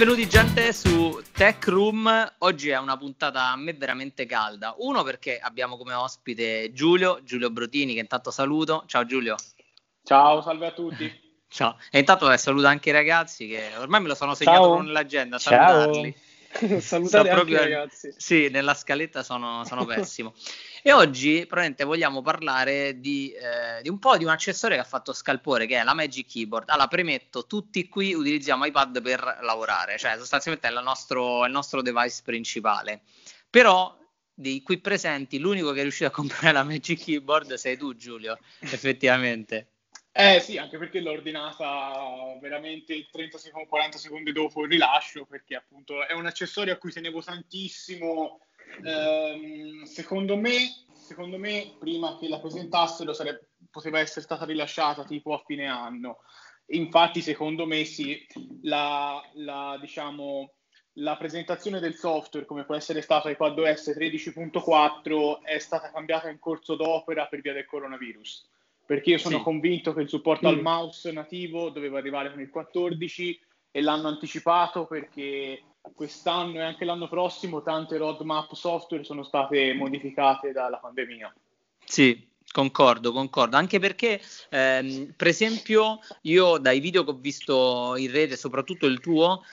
Benvenuti gente su Tech Room. Oggi è una puntata a me veramente calda. Uno perché abbiamo come ospite Giulio Brotini, che intanto saluto. Ciao Giulio. Ciao, salve a tutti. Ciao. E intanto saluto anche i ragazzi che ormai me lo sono segnato nell'agenda. Salutarli. Salutate anche i ragazzi. Sì, nella scaletta sono pessimo. E oggi probabilmente vogliamo parlare di un po' di un accessorio che ha fatto scalpore, che è la Magic Keyboard. Allora, premetto, tutti qui utilizziamo iPad per lavorare, cioè sostanzialmente è il nostro device principale. Però di qui presenti, l'unico che è riuscito a comprare la Magic Keyboard sei tu, Giulio, effettivamente. Sì, anche perché l'ho ordinata veramente 40 secondi dopo il rilascio, perché appunto è un accessorio a cui tenevo tantissimo. Secondo me, prima che la presentassero poteva essere stata rilasciata tipo a fine anno. Infatti, secondo me sì, diciamo, la presentazione del software, come può essere stato iPadOS 13.4, è stata cambiata in corso d'opera per via del coronavirus. Perché io sono convinto che il supporto al mouse nativo doveva arrivare con il 14 e l'hanno anticipato perché quest'anno e anche l'anno prossimo tante roadmap software sono state modificate dalla pandemia. Sì, concordo, anche perché per esempio io dai video che ho visto in rete, soprattutto il tuo,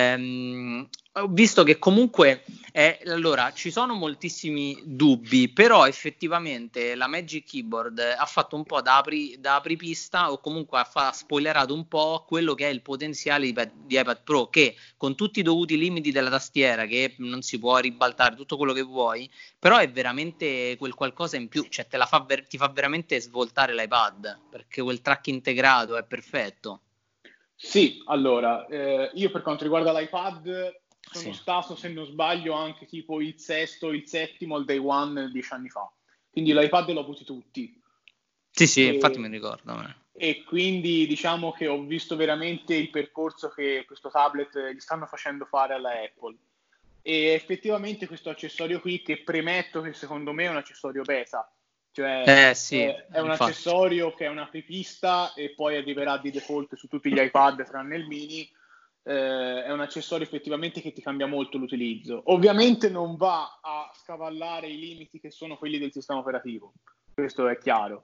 ho visto che comunque allora ci sono moltissimi dubbi, però effettivamente la Magic Keyboard ha fatto un po' da apripista, o comunque ha spoilerato un po' quello che è il potenziale di iPad Pro, che con tutti i dovuti limiti della tastiera, che non si può ribaltare tutto quello che vuoi, però è veramente quel qualcosa in più, cioè ti fa veramente svoltare l'iPad, perché quel track integrato è perfetto. Sì, allora, io per quanto riguarda l'iPad sono stato, se non sbaglio, anche tipo il sesto, il settimo al day one 10 anni fa. Quindi l'iPad l'ho avuti tutti. Sì, infatti mi ricordo. E quindi diciamo che ho visto veramente il percorso che questo tablet gli stanno facendo fare alla Apple. E effettivamente questo accessorio qui, che premetto che secondo me è un accessorio beta, cioè è un accessorio che è una apripista e poi arriverà di default su tutti gli iPad tranne il mini. È un accessorio effettivamente che ti cambia molto l'utilizzo. Ovviamente non va a scavallare i limiti che sono quelli del sistema operativo, questo è chiaro,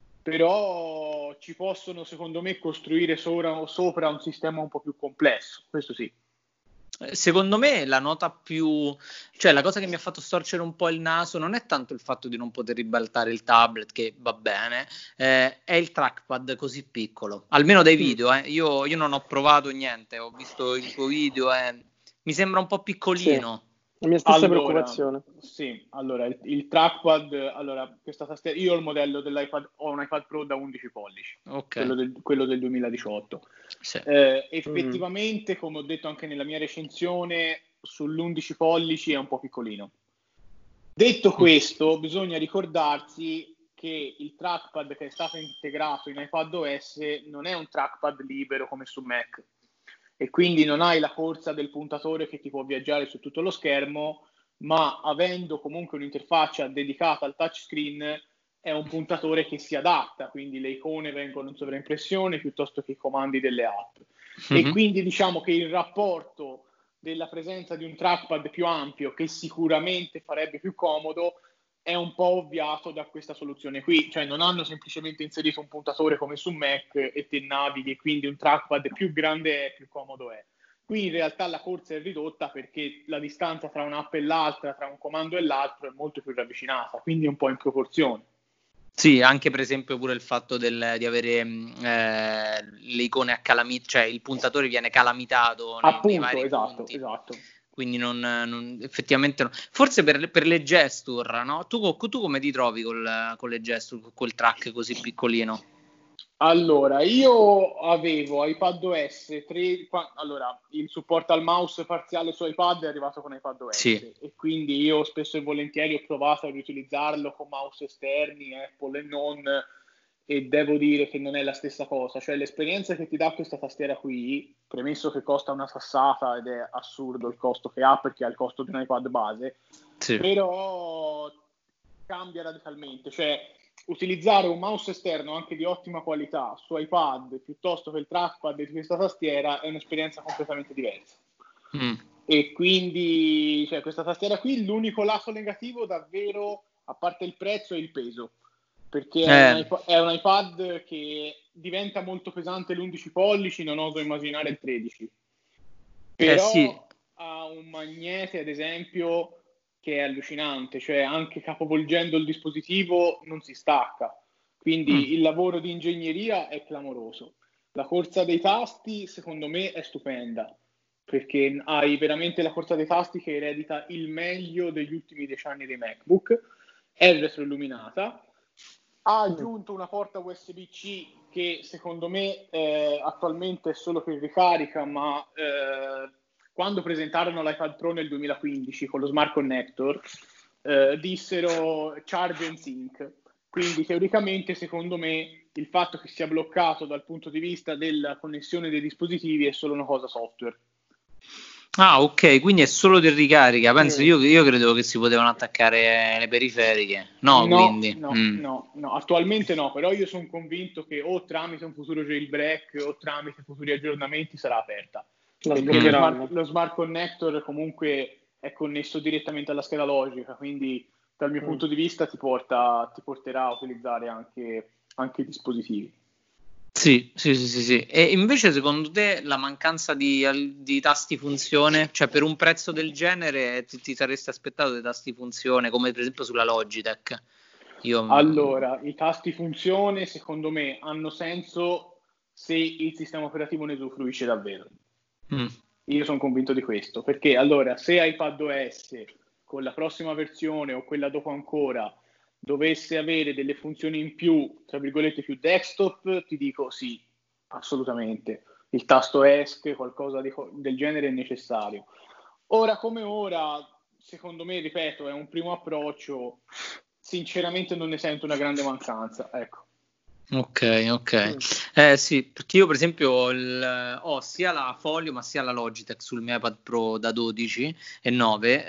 però ci possono secondo me costruire sopra un sistema un po' più complesso, questo sì. Secondo me la cosa che mi ha fatto storcere un po' il naso non è tanto il fatto di non poter ribaltare il tablet, che va bene, è il trackpad così piccolo, almeno dai video. Io non ho provato niente, ho visto il tuo video e mi sembra un po' piccolino. Sì. La mia stessa preoccupazione. Sì, allora il trackpad, questa tastiera, io ho il modello dell'iPad, ho un iPad Pro da 11 pollici, quello del 2018. Sì. Effettivamente, come ho detto anche nella mia recensione, sull'11 pollici è un po' piccolino. Detto questo, bisogna ricordarsi che il trackpad che è stato integrato in iPadOS non è un trackpad libero come su Mac. E quindi non hai la corsa del puntatore che ti può viaggiare su tutto lo schermo, ma avendo comunque un'interfaccia dedicata al touchscreen è un puntatore che si adatta, quindi le icone vengono in sovraimpressione piuttosto che i comandi delle app. E quindi diciamo che il rapporto della presenza di un trackpad più ampio, che sicuramente farebbe più comodo, è un po' ovviato da questa soluzione qui, cioè non hanno semplicemente inserito un puntatore come su Mac e te navighi, e quindi un trackpad più grande è, più comodo è. Qui in realtà la corsa è ridotta perché la distanza tra un'app e l'altra, tra un comando e l'altro è molto più ravvicinata, quindi un po' in proporzione. Sì, anche per esempio pure il fatto di avere le icone a calamita, cioè il puntatore viene calamitato nei vari punti. Esatto. Quindi non effettivamente no. Forse per le gesture, no? Tu come ti trovi con le gesture, con quel track così piccolino? Allora, io avevo iPadOS 3, allora il supporto al mouse parziale su iPad è arrivato con iPadOS e quindi io spesso e volentieri ho provato a riutilizzarlo con mouse esterni, Apple e non, e devo dire che non è la stessa cosa, cioè l'esperienza che ti dà questa tastiera qui, premesso che costa una sassata ed è assurdo il costo che ha perché ha il costo di un iPad base, però cambia radicalmente, cioè utilizzare un mouse esterno anche di ottima qualità su iPad piuttosto che il trackpad di questa tastiera è un'esperienza completamente diversa. E quindi, cioè, questa tastiera qui, l'unico lato negativo davvero, a parte il prezzo, è il peso, perché è un iPad che diventa molto pesante l'11 pollici, non oso immaginare il 13. Però sì. ha un magnete, ad esempio, che è allucinante, cioè anche capovolgendo il dispositivo non si stacca, quindi il lavoro di ingegneria è clamoroso. La corsa dei tasti, secondo me, è stupenda, perché hai veramente la corsa dei tasti che eredita il meglio degli ultimi 10 anni dei MacBook, è retroilluminata, ha aggiunto una porta USB-C che secondo me attualmente è solo per ricarica, ma quando presentarono l'iPad Pro nel 2015 con lo Smart Connector dissero Charge and Sync, quindi teoricamente secondo me il fatto che sia bloccato dal punto di vista della connessione dei dispositivi è solo una cosa software. Ah, ok, quindi è solo di ricarica. Penso, io credevo che si potevano attaccare le periferiche. No, quindi. No, attualmente no, però io sono convinto che o tramite un futuro jailbreak o tramite futuri aggiornamenti sarà aperta. Lo smart Connector comunque è connesso direttamente alla scheda logica, quindi dal mio punto di vista ti porterà a utilizzare anche i dispositivi. Sì. E invece secondo te la mancanza di tasti funzione, cioè per un prezzo del genere ti saresti aspettato dei tasti funzione come per esempio sulla Logitech? Allora, i tasti funzione secondo me hanno senso se il sistema operativo ne usufruisce davvero. Io sono convinto di questo, perché allora se iPadOS con la prossima versione o quella dopo ancora dovesse avere delle funzioni in più, tra virgolette più desktop, ti dico sì, assolutamente. Il tasto ESC, qualcosa del genere è necessario. Ora come ora, secondo me, ripeto, è un primo approccio, sinceramente non ne sento una grande mancanza, ecco. Ok. Sì, perché io per esempio ho sia la Folio ma sia la Logitech sul mio iPad Pro da 12 e 9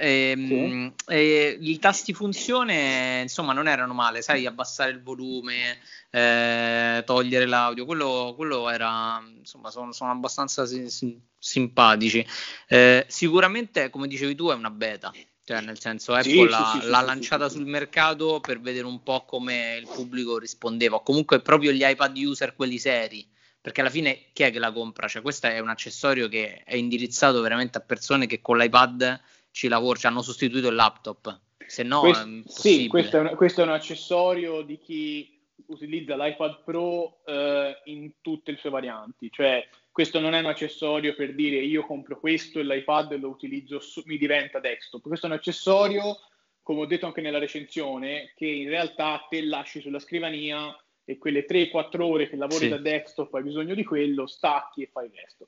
e i tasti funzione insomma non erano male, sai, abbassare il volume, togliere l'audio, quello era, insomma, sono abbastanza simpatici. Sicuramente, come dicevi tu, è una beta. Cioè, nel senso, Apple l'ha lanciata sul mercato per vedere un po' come il pubblico rispondeva, o comunque proprio gli iPad user, quelli seri, perché alla fine chi è che la compra? Cioè, questo è un accessorio che è indirizzato veramente a persone che con l'iPad ci lavorano, cioè hanno sostituito il laptop, se no è impossibile. Sì, questo è un accessorio di chi utilizza l'iPad Pro in tutte le sue varianti, cioè questo non è un accessorio per dire io compro questo e l'iPad lo utilizzo, mi diventa desktop. Questo è un accessorio, come ho detto anche nella recensione, che in realtà te lasci sulla scrivania e quelle 3-4 ore che lavori da desktop hai bisogno di quello, stacchi e fai il resto.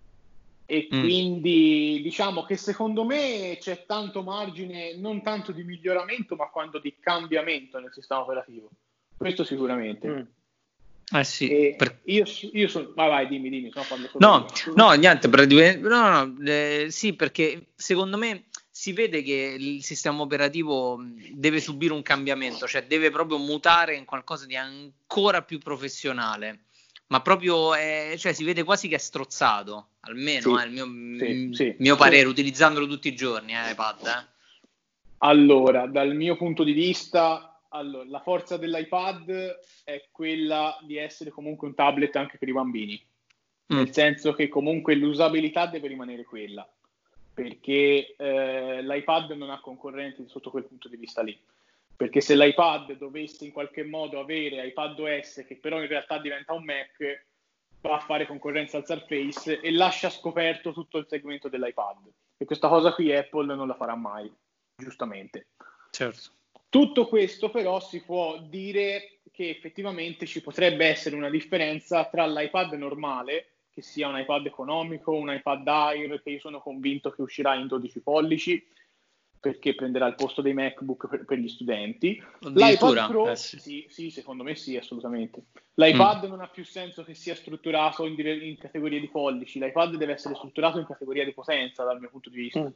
E quindi diciamo che secondo me c'è tanto margine, non tanto di miglioramento, ma quanto di cambiamento nel sistema operativo. Questo sicuramente. Sì, io sono. Vai, dimmi, se no parlo solo io. No, niente, praticamente, sì, perché secondo me si vede che il sistema operativo deve subire un cambiamento, cioè deve proprio mutare in qualcosa di ancora più professionale, ma proprio cioè, si vede quasi che è strozzato, almeno è il mio parere, utilizzandolo tutti i giorni, iPad. Allora, dal mio punto di vista, la forza dell'iPad è quella di essere comunque un tablet anche per i bambini, nel senso che comunque l'usabilità deve rimanere quella, perché l'iPad non ha concorrenti sotto quel punto di vista lì. Perché se l'iPad dovesse in qualche modo avere iPadOS, che però in realtà diventa un Mac, va a fare concorrenza al Surface e lascia scoperto tutto il segmento dell'iPad. E questa cosa qui Apple non la farà mai, giustamente. Certo. Tutto questo però si può dire che effettivamente ci potrebbe essere una differenza tra l'iPad normale, che sia un iPad economico, un iPad Air, che io sono convinto che uscirà in 12 pollici, perché prenderà il posto dei MacBook per gli studenti. L'iPad Pro, sì, secondo me sì, assolutamente. L'iPad non ha più senso che sia strutturato in categorie di pollici, l'iPad deve essere strutturato in categoria di potenza dal mio punto di vista.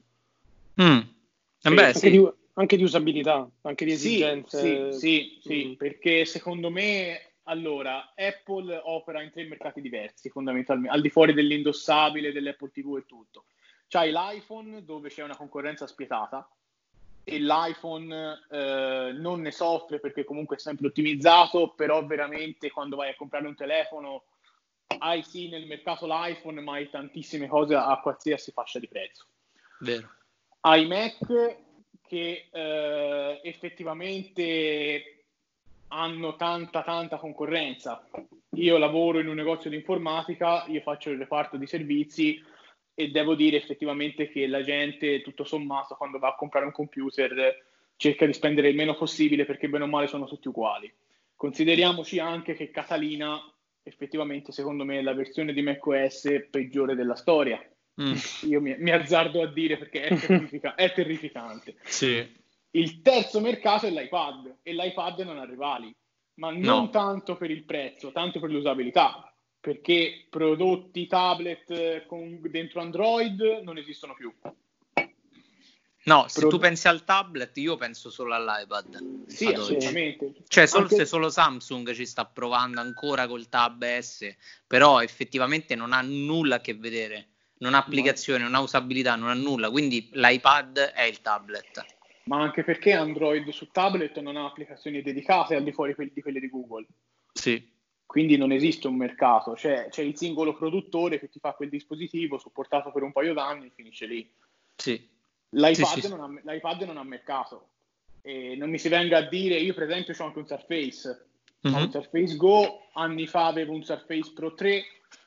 Anche di usabilità, anche di esigenze. Sì, perché secondo me, allora, Apple opera in 3 mercati diversi, fondamentalmente, al di fuori dell'indossabile, dell'Apple TV e tutto. c'hai l'iPhone dove c'è una concorrenza spietata e l'iPhone non ne soffre perché comunque è sempre ottimizzato, però veramente quando vai a comprare un telefono hai sì nel mercato l'iPhone, ma hai tantissime cose a qualsiasi fascia di prezzo. Vero. Hai Mac che effettivamente hanno tanta concorrenza. Io lavoro in un negozio di informatica, io faccio il reparto di servizi e devo dire effettivamente che la gente, tutto sommato, quando va a comprare un computer cerca di spendere il meno possibile perché bene o male sono tutti uguali. Consideriamoci anche che Catalina effettivamente secondo me è la versione di macOS peggiore della storia. Io mi azzardo a dire perché è terrificante. Sì. Il terzo mercato è l'iPad e l'iPad non ha rivali, ma non tanto per il prezzo, tanto per l'usabilità, perché prodotti tablet dentro Android non esistono più. No, se tu pensi al tablet, io penso solo all'iPad. Sì, assolutamente. Cioè, se solo Samsung ci sta provando ancora col Tab S, però effettivamente non ha nulla a che vedere. Non ha applicazione, non ha usabilità, non ha nulla. Quindi l'iPad è il tablet. Ma anche perché Android su tablet non ha applicazioni dedicate al di fuori di quelle di Google. Sì. Quindi non esiste un mercato. C'è il singolo produttore che ti fa quel dispositivo supportato per un paio d'anni e finisce lì. Sì. L'iPad non ha mercato. E non mi si venga a dire, io per esempio ho anche un Surface, ho un Surface Go, anni fa avevo un Surface Pro 3,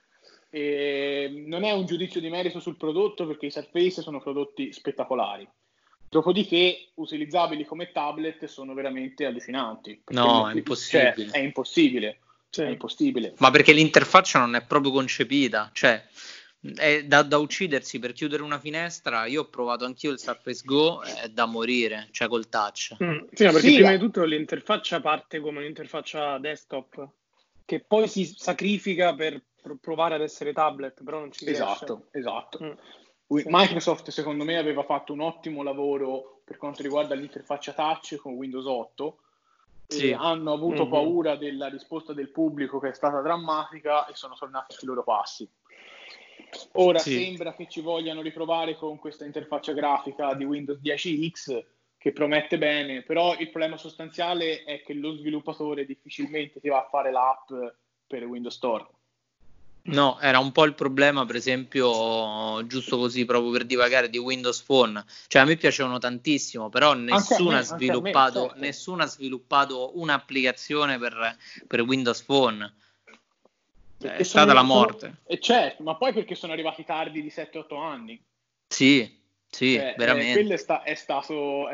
e non è un giudizio di merito sul prodotto perché i Surface sono prodotti spettacolari, dopodiché utilizzabili come tablet sono veramente allucinanti. No, è impossibile. Cioè, è impossibile. È impossibile. Ma perché l'interfaccia non è proprio concepita, cioè è da uccidersi per chiudere una finestra. Io ho provato anch'io il Surface Go, è da morire, cioè col touch. Sì, perché prima di tutto l'interfaccia parte come un'interfaccia desktop che poi si sacrifica per provare ad essere tablet, però non ci riesce. Esatto. Microsoft secondo me aveva fatto un ottimo lavoro per quanto riguarda l'interfaccia touch con Windows 8. Sì. Hanno avuto paura della risposta del pubblico che è stata drammatica e sono tornati sui loro passi. Ora sembra che ci vogliano riprovare con questa interfaccia grafica di Windows 10X che promette bene, però il problema sostanziale è che lo sviluppatore difficilmente ti va a fare l'app per Windows Store. No, era un po' il problema, per esempio, giusto così, proprio per divagare, di Windows Phone. Cioè, a me piacevano tantissimo, però nessuno ha sviluppato un'applicazione per Windows Phone. È stata la morte. Certo, ma poi perché sono arrivati tardi di 7-8 anni. Sì, cioè, veramente. Quello è stato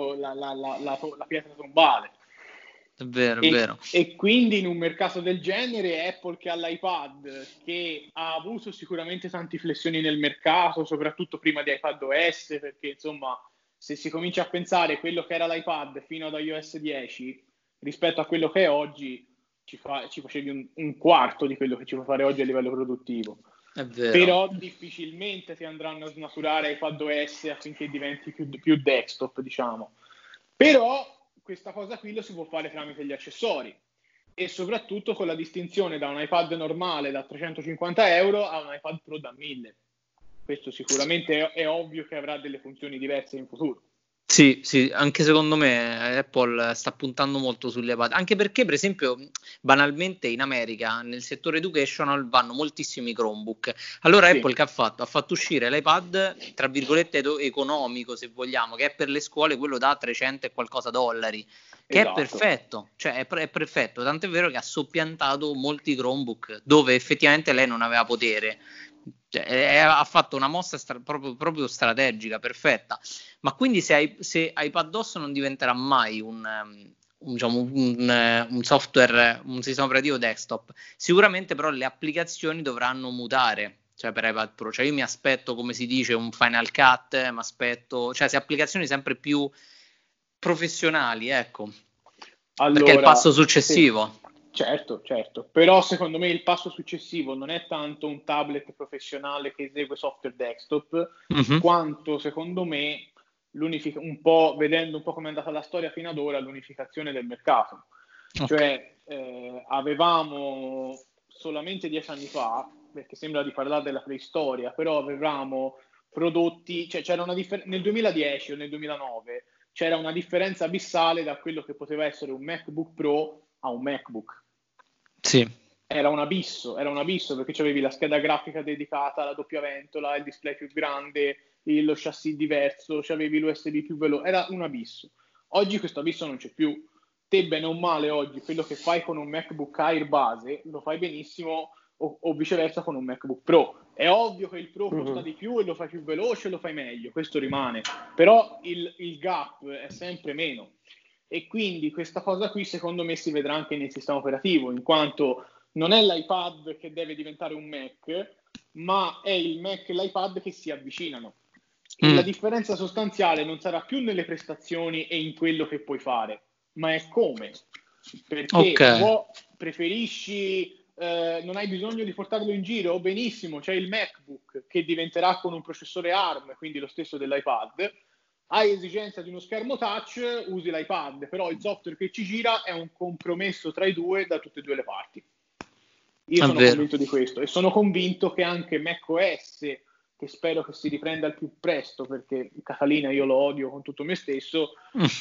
la pietra tombale. È vero. E quindi in un mercato del genere Apple che ha l'iPad, che ha avuto sicuramente tante flessioni nel mercato, soprattutto prima di iPadOS, perché insomma se si comincia a pensare quello che era l'iPad fino ad iOS 10 rispetto a quello che è oggi, ci facevi un quarto di quello che ci puoi fare oggi a livello produttivo. È vero. Però difficilmente si andranno a snaturare iPadOS affinché diventi più desktop, diciamo. Però questa cosa qui lo si può fare tramite gli accessori e soprattutto con la distinzione da un iPad normale da 350 euro a un iPad Pro da 1000. Questo sicuramente è ovvio che avrà delle funzioni diverse in futuro. Sì, anche secondo me Apple sta puntando molto sulle iPad, anche perché per esempio banalmente in America nel settore educational vanno moltissimi Chromebook. Allora Apple che ha fatto? Ha fatto uscire l'iPad tra virgolette economico, se vogliamo, che è per le scuole quello da 300 e qualcosa dollari, che è perfetto, cioè è perfetto, tant'è vero che ha soppiantato molti Chromebook dove effettivamente lei non aveva potere. Cioè, ha fatto una mossa proprio strategica, perfetta. Ma quindi se iPadOS non diventerà mai un software, un sistema operativo desktop, sicuramente però le applicazioni dovranno mutare. Cioè per iPad Pro, cioè io mi aspetto, come si dice, un Final Cut, mi aspetto, cioè se applicazioni sempre più professionali, ecco. Allora, perché è il passo successivo. Sì. Certo, però secondo me il passo successivo non è tanto un tablet professionale che esegue software desktop, quanto secondo me un po', vedendo un po' come è andata la storia fino ad ora, l'unificazione del mercato. Cioè avevamo solamente 10 anni fa, perché sembra di parlare della preistoria, però avevamo prodotti, cioè c'era una nel 2010 o nel 2009 c'era una differenza abissale da quello che poteva essere un MacBook Pro a un MacBook. Sì. Era un abisso perché c'avevi la scheda grafica dedicata, la doppia ventola, il display più grande, lo chassis diverso, c'avevi l'USB più veloce, era un abisso. Oggi questo abisso non c'è più. Te, bene o male, oggi quello che fai con un MacBook Air base lo fai benissimo o viceversa con un MacBook Pro. È ovvio che il Pro costa di più e lo fai più veloce e lo fai meglio, questo rimane, però il gap è sempre meno. E quindi questa cosa qui secondo me si vedrà anche nel sistema operativo, in quanto non è l'iPad che deve diventare un Mac, ma è il Mac e l'iPad che si avvicinano. E la differenza sostanziale non sarà più nelle prestazioni e in quello che puoi fare, ma è come. Perché preferisci, non hai bisogno di portarlo in giro, benissimo, c'è il MacBook che diventerà con un processore ARM, quindi lo stesso dell'iPad. Hai esigenza di uno schermo touch, usi l'iPad, però il software che ci gira è un compromesso tra i due da tutte e due le parti. Io sono convinto di questo e sono convinto che anche macOS, che spero che si riprenda al più presto, perché Catalina io lo odio con tutto me stesso,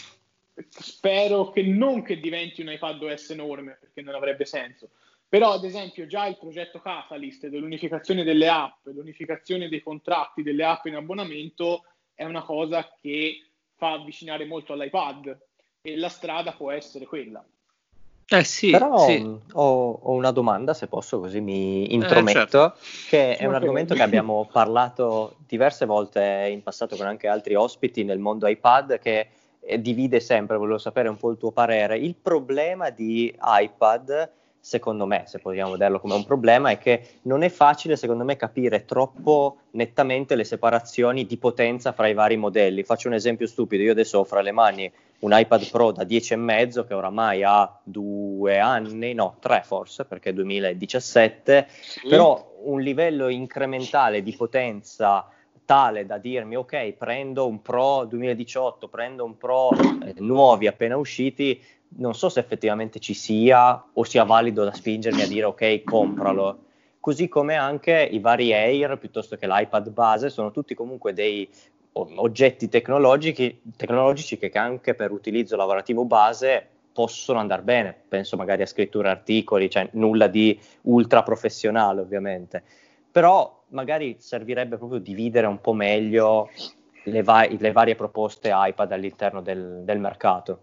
spero che non che diventi un iPadOS enorme, perché non avrebbe senso. Però ad esempio già il progetto Catalyst dell'unificazione delle app, l'unificazione dei contratti delle app in abbonamento è una cosa che fa avvicinare molto all'iPad e la strada può essere quella. Sì, però sì. Ho una domanda, se posso, così mi intrometto, certo. Che è un argomento che abbiamo parlato diverse volte in passato con anche altri ospiti nel mondo iPad, che divide sempre, volevo sapere un po' il tuo parere. Il problema di iPad, secondo me, se vogliamo vederlo come un problema, è che non è facile, secondo me, capire troppo nettamente le separazioni di potenza fra i vari modelli. Faccio un esempio stupido: io adesso ho fra le mani un iPad Pro da 10,5 che oramai ha 2 anni, no 3 forse, perché è 2017, però un livello incrementale di potenza tale da dirmi ok, prendo un Pro 2018, prendo un Pro nuovi appena usciti, non so se effettivamente ci sia o sia valido da spingermi a dire ok, compralo. Così come anche i vari Air piuttosto che l'iPad base sono tutti comunque dei oggetti tecnologici che anche per utilizzo lavorativo base possono andare bene. Penso magari a scrittura articoli, cioè nulla di ultra professionale ovviamente, però magari servirebbe proprio dividere un po' meglio le varie proposte iPad all'interno del mercato.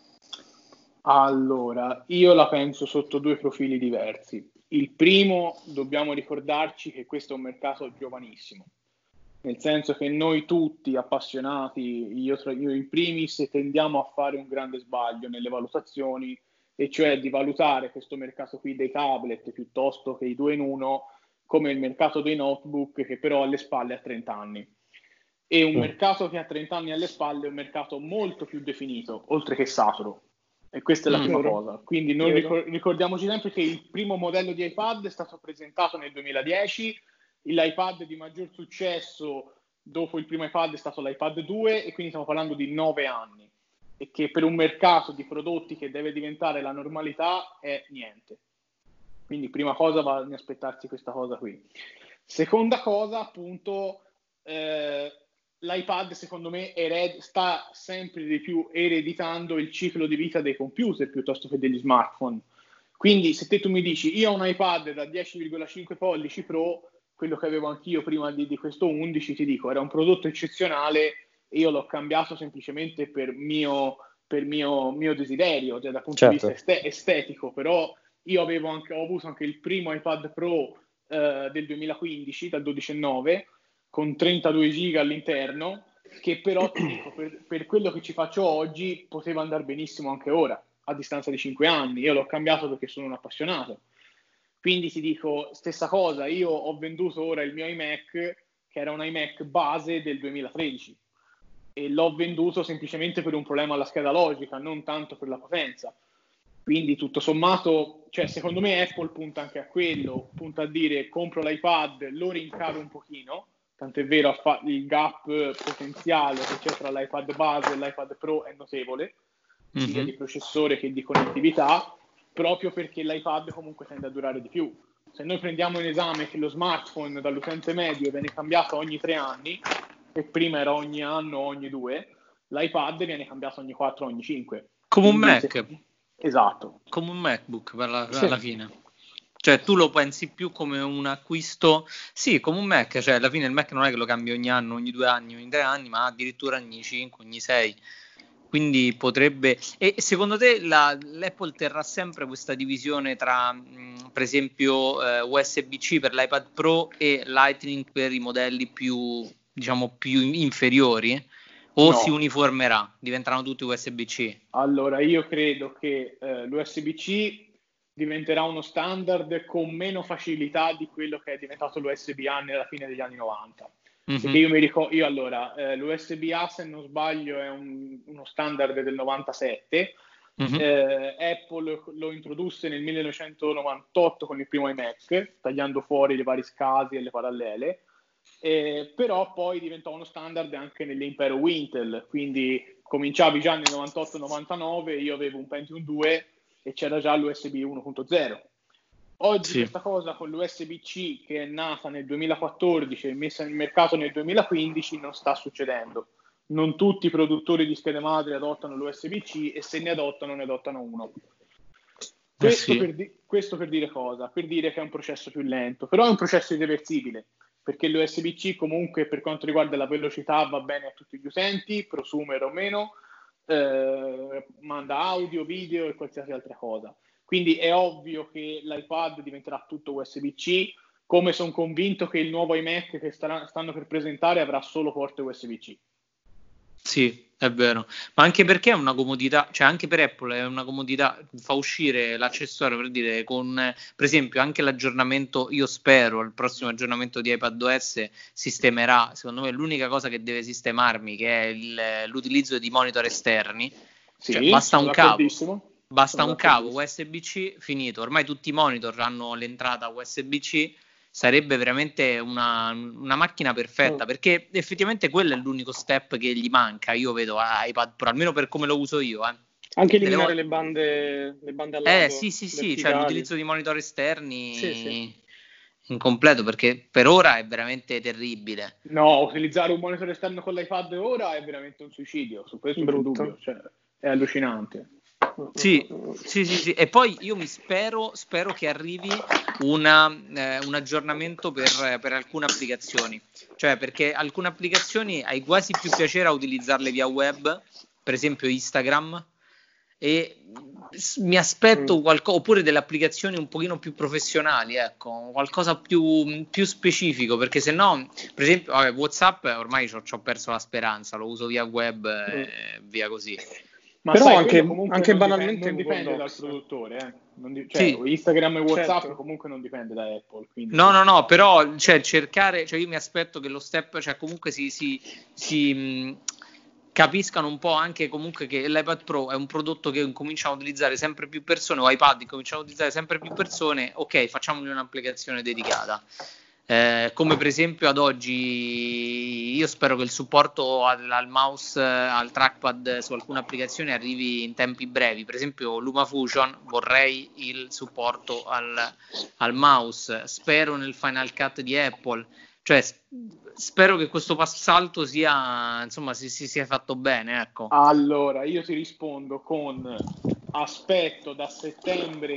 Allora, io la penso sotto due profili diversi. Il primo, dobbiamo ricordarci che questo è un mercato giovanissimo, nel senso che noi tutti appassionati, io in primis, tendiamo a fare un grande sbaglio nelle valutazioni, e cioè di valutare questo mercato qui dei tablet piuttosto che i 2 in 1 come il mercato dei notebook, che però alle spalle ha 30 anni. E un mercato che ha 30 anni alle spalle è un mercato molto più definito, oltre che saturo. E questa è la prima cosa. Quindi ricordiamoci sempre che il primo modello di iPad è stato presentato nel 2010, l'iPad di maggior successo dopo il primo iPad è stato l'iPad 2, e quindi stiamo parlando di 9 anni, e che per un mercato di prodotti che deve diventare la normalità è niente. Quindi prima cosa va ad aspettarsi questa cosa qui. Seconda cosa, appunto, l'iPad secondo me sta sempre di più ereditando il ciclo di vita dei computer piuttosto che degli smartphone. Quindi se tu mi dici io ho un iPad da 10,5 pollici Pro, quello che avevo anch'io prima di questo 11, ti dico, era un prodotto eccezionale e io l'ho cambiato semplicemente per mio desiderio, cioè dal punto di vista estetico, però io ho avuto anche il primo iPad Pro del 2015, dal 12,9, con 32 giga all'interno, che però ti dico, per quello che ci faccio oggi, poteva andare benissimo anche ora, a distanza di 5 anni. Io l'ho cambiato perché sono un appassionato. Quindi ti dico, stessa cosa, io ho venduto ora il mio iMac, che era un iMac base del 2013, e l'ho venduto semplicemente per un problema alla scheda logica, non tanto per la potenza. Quindi tutto sommato, cioè secondo me Apple punta anche a quello, punta a dire compro l'iPad, lo rincaro un pochino, tant'è vero il gap potenziale che c'è tra l'iPad base e l'iPad Pro è notevole, sia di processore che di connettività, proprio perché l'iPad comunque tende a durare di più. Se noi prendiamo in esame che lo smartphone dall'utente medio viene cambiato ogni 3 anni, e prima era ogni anno, ogni 2, l'iPad viene cambiato ogni 4, ogni 5. Come un Mac. Esatto. Come un MacBook alla fine. Cioè tu lo pensi più come un acquisto, sì, come un Mac, cioè alla fine il Mac non è che lo cambi ogni anno, ogni 2 anni, ogni 3 anni, ma addirittura ogni 5, ogni 6. Quindi potrebbe... E secondo te l'Apple terrà sempre questa divisione tra, per esempio, USB-C per l'iPad Pro e Lightning per i modelli più, diciamo, più inferiori? O si uniformerà? Diventeranno tutti USB-C? Allora, io credo che l'USB-C diventerà uno standard con meno facilità di quello che è diventato l'USB-A nella fine degli anni 90. Perché io mi ricordo, l'USB-A, se non sbaglio, è uno standard del 97. Apple lo introdusse nel 1998 con il primo iMac, tagliando fuori le varie scasi e le parallele, però poi diventò uno standard anche nell'impero Intel, quindi cominciavi già nel 98-99, io avevo un Pentium 2 e c'era già l'USB 1.0. Oggi questa cosa con l'USB-C, che è nata nel 2014 e messa nel mercato nel 2015, non sta succedendo. Non tutti i produttori di schede madre adottano l'USB-C, e se ne adottano uno. Questo per dire cosa? Per dire che è un processo più lento, però è un processo irreversibile, perché l'USB-C comunque per quanto riguarda la velocità va bene a tutti gli utenti, prosumer o meno, manda audio, video e qualsiasi altra cosa. Quindi è ovvio che l'iPad diventerà tutto USB-C, come sono convinto che il nuovo iMac che stanno per presentare avrà solo porte USB-C. Sì, è vero, ma anche perché è una comodità, cioè anche per Apple è una comodità, fa uscire l'accessorio, per dire, con per esempio anche l'aggiornamento, io spero il prossimo aggiornamento di iPadOS sistemerà, secondo me l'unica cosa che deve sistemarmi, che è l'utilizzo di monitor esterni, cioè basta un cavo USB-C, finito, ormai tutti i monitor hanno l'entrata USB-C. Sarebbe veramente una macchina perfetta, perché effettivamente quello è l'unico step che gli manca, io vedo a iPad Pro, almeno per come lo uso io. Anche eliminare le bande al lato. Sì, cioè l'utilizzo di monitor esterni incompleto, perché per ora è veramente terribile. No, utilizzare un monitor esterno con l'iPad ora è veramente un suicidio, su questo non c'è dubbio, cioè, è allucinante. Sì, e poi io spero che arrivi un aggiornamento per alcune applicazioni, cioè perché alcune applicazioni hai quasi più piacere a utilizzarle via web, per esempio Instagram, e mi aspetto qualcosa, oppure delle applicazioni un pochino più professionali, ecco, qualcosa più specifico, perché se no, per esempio, WhatsApp ormai ci ho perso la speranza, lo uso via web e via così. Ma però anche banalmente non dipende dal produttore, Instagram e WhatsApp comunque non dipende da Apple. Quindi... No, però cercare, io mi aspetto che lo step, comunque si capiscano un po' anche comunque che l'iPad Pro è un prodotto che cominciano a utilizzare sempre più persone, o iPad cominciano a utilizzare sempre più persone, ok, facciamogli un'applicazione dedicata. Come per esempio ad oggi io spero che il supporto al mouse, al trackpad su alcune applicazioni arrivi in tempi brevi, per esempio LumaFusion vorrei il supporto al mouse, spero nel Final Cut di Apple, cioè spero che questo passalto sia, insomma, si sia fatto bene, ecco. Allora io ti rispondo con aspetto da settembre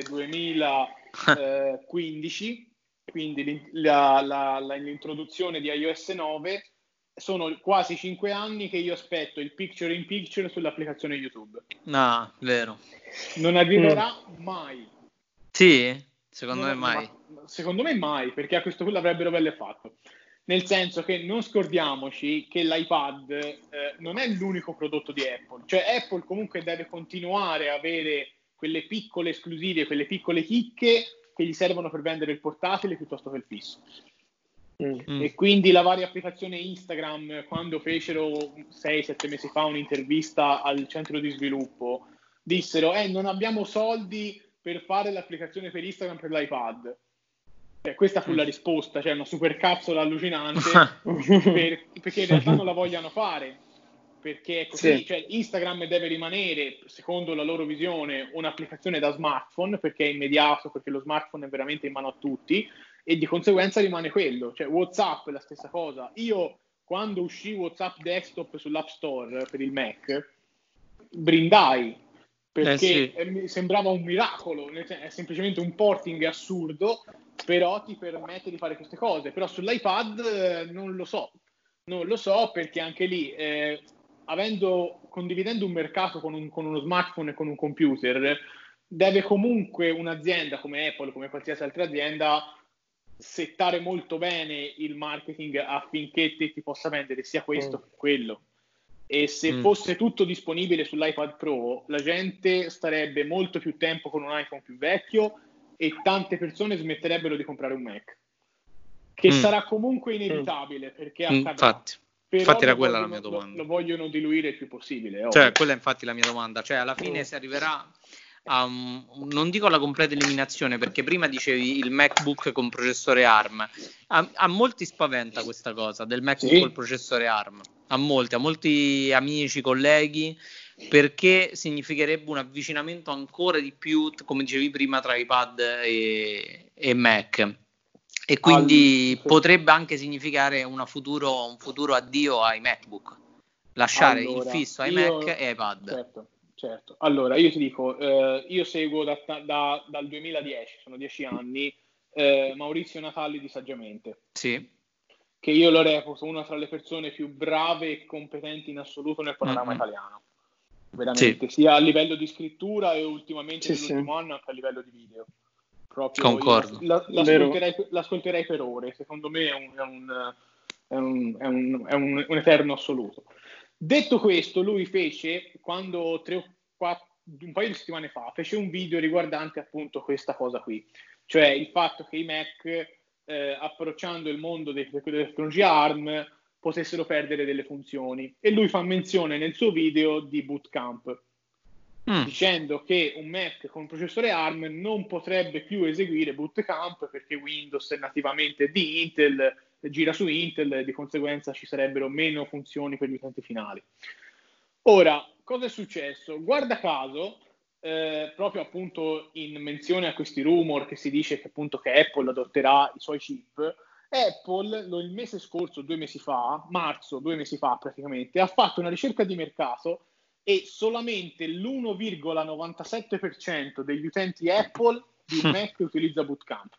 2015. Quindi l'introduzione di iOS 9, sono quasi 5 anni che io aspetto il picture in picture sull'applicazione YouTube. No, vero. Non arriverà mai. Sì? Secondo me mai. Secondo me mai, perché a questo punto l'avrebbero bello fatto. Nel senso che non scordiamoci che l'iPad non è l'unico prodotto di Apple. Cioè Apple comunque deve continuare a avere quelle piccole esclusive, quelle piccole chicche che gli servono per vendere il portatile piuttosto che il fisso. E quindi la varia applicazione Instagram, quando fecero 6-7 mesi fa un'intervista al centro di sviluppo, dissero non abbiamo soldi per fare l'applicazione per Instagram per l'iPad. Questa fu la risposta, cioè una super capsula allucinante perché in realtà non la vogliono fare. perché è così, cioè Instagram deve rimanere, secondo la loro visione, un'applicazione da smartphone, perché è immediato, perché lo smartphone è veramente in mano a tutti, e di conseguenza rimane quello. Cioè WhatsApp è la stessa cosa. Io, quando uscì WhatsApp Desktop sull'App Store per il Mac, brindai, perché mi sembrava un miracolo, è semplicemente un porting assurdo, però ti permette di fare queste cose. Però sull'iPad non lo so, perché anche lì, condividendo un mercato con uno smartphone e con un computer, deve comunque un'azienda come Apple, come qualsiasi altra azienda, settare molto bene il marketing affinché ti possa vendere sia questo che quello. E se fosse tutto disponibile sull'iPad Pro, la gente starebbe molto più tempo con un iPhone più vecchio e tante persone smetterebbero di comprare un Mac, che sarà comunque inevitabile, perché accadrà. Infatti era quella la mia domanda. Lo vogliono diluire il più possibile. Cioè, quella è infatti la mia domanda. Cioè, alla fine si arriverà a non dico alla completa eliminazione, perché prima dicevi il MacBook con processore ARM. A molti spaventa questa cosa del MacBook col processore ARM. A molti amici, colleghi, perché significherebbe un avvicinamento ancora di più, come dicevi prima, tra iPad e Mac. E quindi potrebbe anche significare un futuro addio ai MacBook, lasciare il fisso ai Mac e iPad. Certo. Allora, io ti dico, io seguo dal 2010, sono 10 anni, Maurizio Natali di Saggiamente. Sì. Che io lo reputo una tra le persone più brave e competenti in assoluto nel panorama italiano. Veramente, sia a livello di scrittura e ultimamente nell'ultimo anno anche a livello di video. Proprio concordo. L'ascolterei per ore, secondo me è un eterno assoluto. Detto questo, lui fece, quando un paio di settimane fa, fece un video riguardante appunto questa cosa qui, cioè il fatto che i Mac, approcciando il mondo delle tecnologie ARM, potessero perdere delle funzioni. E lui fa menzione nel suo video di Bootcamp, dicendo che un Mac con processore ARM non potrebbe più eseguire Bootcamp perché Windows è nativamente di Intel, gira su Intel, e di conseguenza ci sarebbero meno funzioni per gli utenti finali. Ora, cosa è successo? Guarda caso, proprio appunto in menzione a questi rumor che si dice che appunto che Apple adotterà i suoi chip, Apple il mese scorso, 2 mesi fa, marzo, 2 mesi fa praticamente, ha fatto una ricerca di mercato e solamente l'1,97% degli utenti Apple di un Mac utilizza Bootcamp.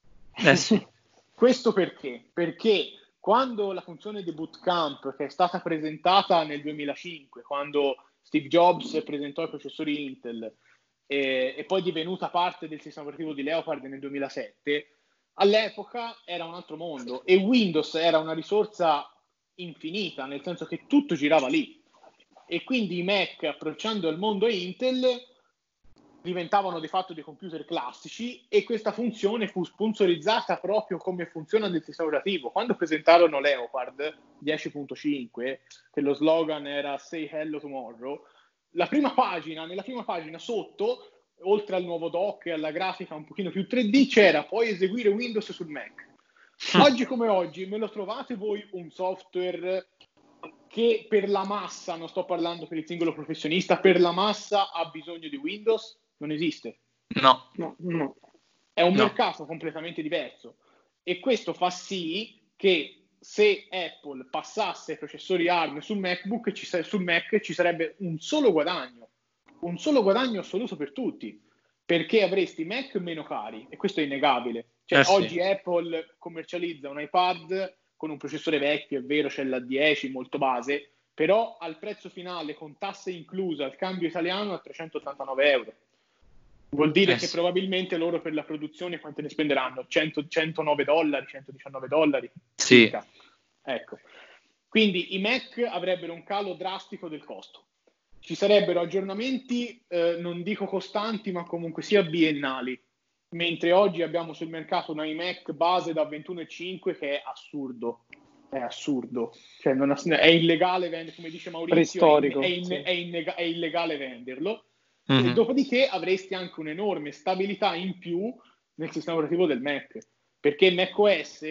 Questo perché? Perché quando la funzione di Bootcamp, che è stata presentata nel 2005, quando Steve Jobs presentò i processori Intel e poi divenuta parte del sistema operativo di Leopard nel 2007, all'epoca era un altro mondo e Windows era una risorsa infinita, nel senso che tutto girava lì. E quindi i Mac, approcciando il mondo Intel, diventavano di fatto dei computer classici e questa funzione fu sponsorizzata proprio come funziona nel sistema operativo. Quando presentarono Leopard 10.5, che lo slogan era Say Hello Tomorrow, nella prima pagina sotto, oltre al nuovo dock e alla grafica un pochino più 3D, c'era puoi eseguire Windows sul Mac. Oggi come oggi, me lo trovate voi un software che per la massa, non sto parlando per il singolo professionista, per la massa ha bisogno di Windows? Non esiste. No. È un mercato completamente diverso e questo fa sì che se Apple passasse ai processori ARM sul MacBook, sul Mac ci sarebbe un solo guadagno assoluto per tutti, perché avresti Mac meno cari e questo è innegabile. Cioè, oggi Apple commercializza un iPad con un processore vecchio, è vero, c'è l'A10 molto base, però al prezzo finale con tasse incluse al cambio italiano a 389 euro. Vuol dire che probabilmente loro per la produzione quanto ne spenderanno? 109 dollari, 119 dollari? Sì. Circa. Ecco. Quindi i Mac avrebbero un calo drastico del costo. Ci sarebbero aggiornamenti, non dico costanti, ma comunque sia biennali. Mentre oggi abbiamo sul mercato un iMac base da 21,5 che è assurdo. È assurdo. Cioè è illegale venderlo, come dice Maurizio, è illegale venderlo. E dopodiché avresti anche un'enorme stabilità in più nel sistema operativo del Mac, perché macOS,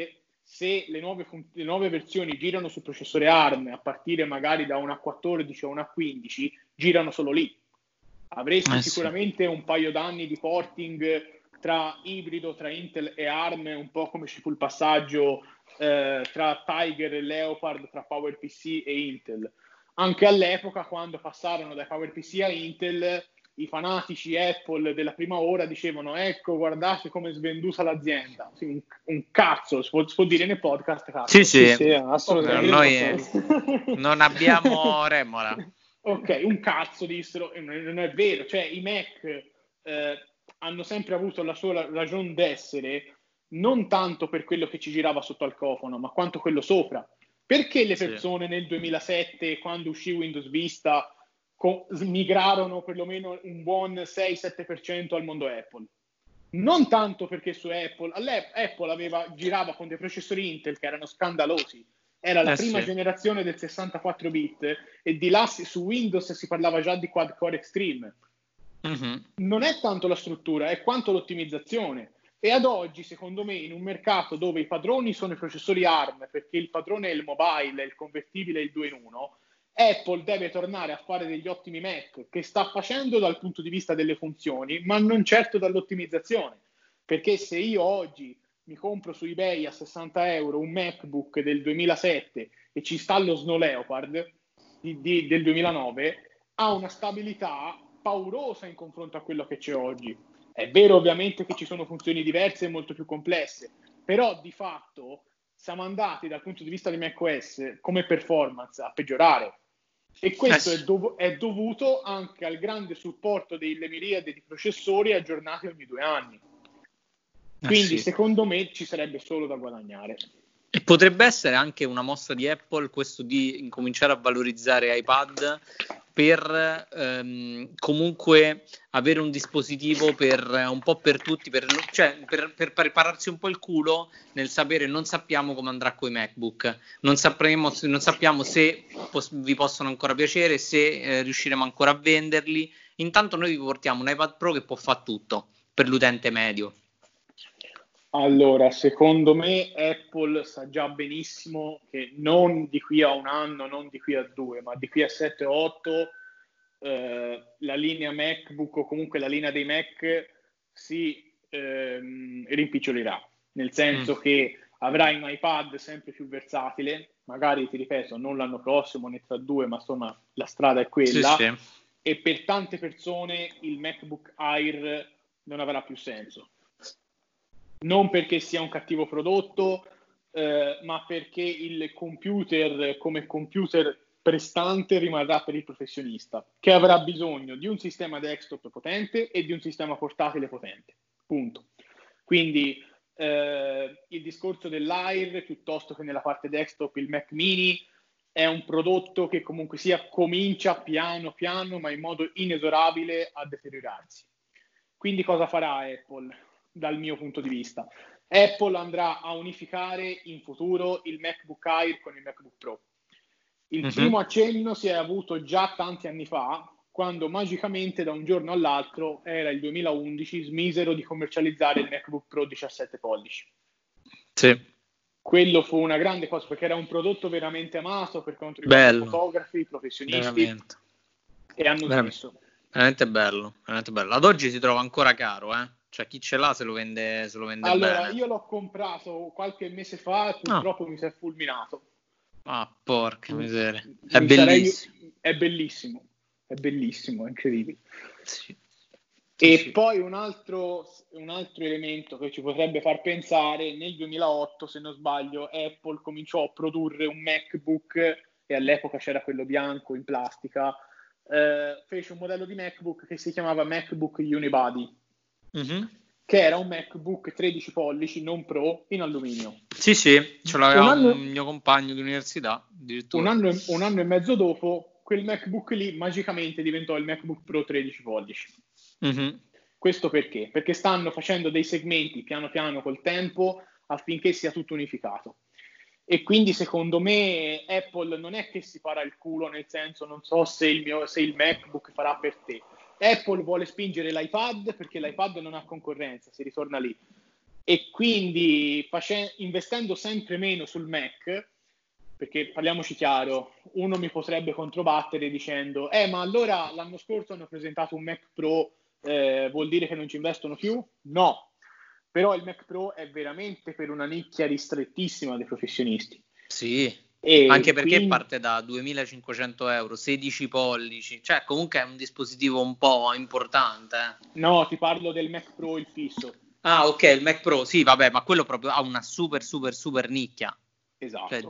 se le nuove versioni girano sul processore ARM a partire magari da una 14 o una 15, girano solo lì. Avresti sicuramente un paio d'anni di porting tra ibrido, tra Intel e ARM, un po' come ci fu il passaggio tra Tiger e Leopard, tra PowerPC e Intel. Anche all'epoca, quando passarono dai PowerPC a Intel, i fanatici Apple della prima ora dicevano: ecco, guardate come è svenduta l'azienda. Sì, un cazzo, si può dire nel podcast? Cazzo. Sì, assolutamente. Noi non abbiamo remora. Ok, un cazzo dissero, e non è vero. Cioè, i Mac hanno sempre avuto la sua ragione d'essere, non tanto per quello che ci girava sotto al cofano, ma quanto quello sopra. Perché le persone nel 2007, quando uscì Windows Vista, migrarono perlomeno un buon 6-7% al mondo Apple? Non tanto perché su Apple girava con dei processori Intel che erano scandalosi. Era la prima generazione del 64 bit e di là su Windows si parlava già di quad core extreme. Non è tanto la struttura, è quanto l'ottimizzazione. E ad oggi, secondo me, in un mercato dove i padroni sono i processori ARM, perché il padrone è il mobile, il convertibile è il 2 in 1, Apple deve tornare a fare degli ottimi Mac, che sta facendo dal punto di vista delle funzioni, ma non certo dall'ottimizzazione. Perché se io oggi mi compro su eBay a 60 euro un MacBook del 2007 e ci installo Snow Leopard del 2009, ha una stabilità paurosa in confronto a quello che c'è oggi. È vero ovviamente che ci sono funzioni diverse e molto più complesse, però di fatto siamo andati dal punto di vista di macOS come performance a peggiorare. E questo è dovuto anche al grande supporto delle miriadi di processori aggiornati ogni 2 anni. Quindi secondo me ci sarebbe solo da guadagnare. E potrebbe essere anche una mossa di Apple questo di incominciare a valorizzare iPad per comunque avere un dispositivo per un po' per tutti, per prepararsi un po' il culo nel sapere. Non sappiamo come andrà con i MacBook, non sappiamo se vi possono ancora piacere, se riusciremo ancora a venderli. Intanto noi vi portiamo un iPad Pro che può fare tutto per l'utente medio. Allora, secondo me Apple sa già benissimo che non di qui a un anno, non di qui a 2, ma di qui a 7-8 la linea MacBook o comunque la linea dei Mac si rimpicciolirà, nel senso che avrai un iPad sempre più versatile, magari ti ripeto non l'anno prossimo né tra 2, ma insomma la strada è quella, e per tante persone il MacBook Air non avrà più senso. Non perché sia un cattivo prodotto, ma perché il computer come computer prestante rimarrà per il professionista, che avrà bisogno di un sistema desktop potente e di un sistema portatile potente. Punto. Quindi il discorso dell'Air, piuttosto che nella parte desktop il Mac Mini, è un prodotto che comunque sia comincia piano piano, ma in modo inesorabile a deteriorarsi. Quindi cosa farà Apple? Dal mio punto di vista, Apple andrà a unificare in futuro il MacBook Air con il MacBook Pro. Il primo accenno si è avuto già tanti anni fa, quando magicamente da un giorno all'altro, era il 2011, smisero di commercializzare il MacBook Pro 17 pollici. Sì. Quello fu una grande cosa, perché era un prodotto veramente amato per quanto riguarda i fotografi, i professionisti, veramente. E hanno smesso. Veramente bello, veramente bello. Ad oggi si trova ancora caro, Cioè chi ce l'ha se lo vende allora, bene. Io l'ho comprato qualche mese fa e purtroppo mi si è fulminato. Ah, porca miseria. È bellissimo. È bellissimo, è bellissimo, è incredibile. Sì. E poi un altro elemento che ci potrebbe far pensare, nel 2008, se non sbaglio, Apple cominciò a produrre un MacBook, e all'epoca c'era quello bianco in plastica, fece un modello di MacBook che si chiamava MacBook Unibody, che era un MacBook 13 pollici, non Pro, in alluminio. Sì, ce l'aveva un mio compagno di università, addirittura. Un anno e mezzo dopo, quel MacBook lì magicamente diventò il MacBook Pro 13 pollici. Questo perché? Perché stanno facendo dei segmenti piano piano col tempo affinché sia tutto unificato. E quindi secondo me Apple non è che si para il culo, nel senso non so se il MacBook farà per te. Apple vuole spingere l'iPad perché l'iPad non ha concorrenza, si ritorna lì. E quindi investendo sempre meno sul Mac, perché parliamoci chiaro, uno mi potrebbe controbattere dicendo ma allora l'anno scorso hanno presentato un Mac Pro, vuol dire che non ci investono più? No, però il Mac Pro è veramente per una nicchia ristrettissima dei professionisti. Sì, anche perché parte da 2.500 euro, 16 pollici, cioè comunque è un dispositivo un po' importante. No, ti parlo del Mac Pro, il fisso. Ah, ok, il Mac Pro, sì, vabbè, ma quello proprio ha una super nicchia. Esatto. Cioè...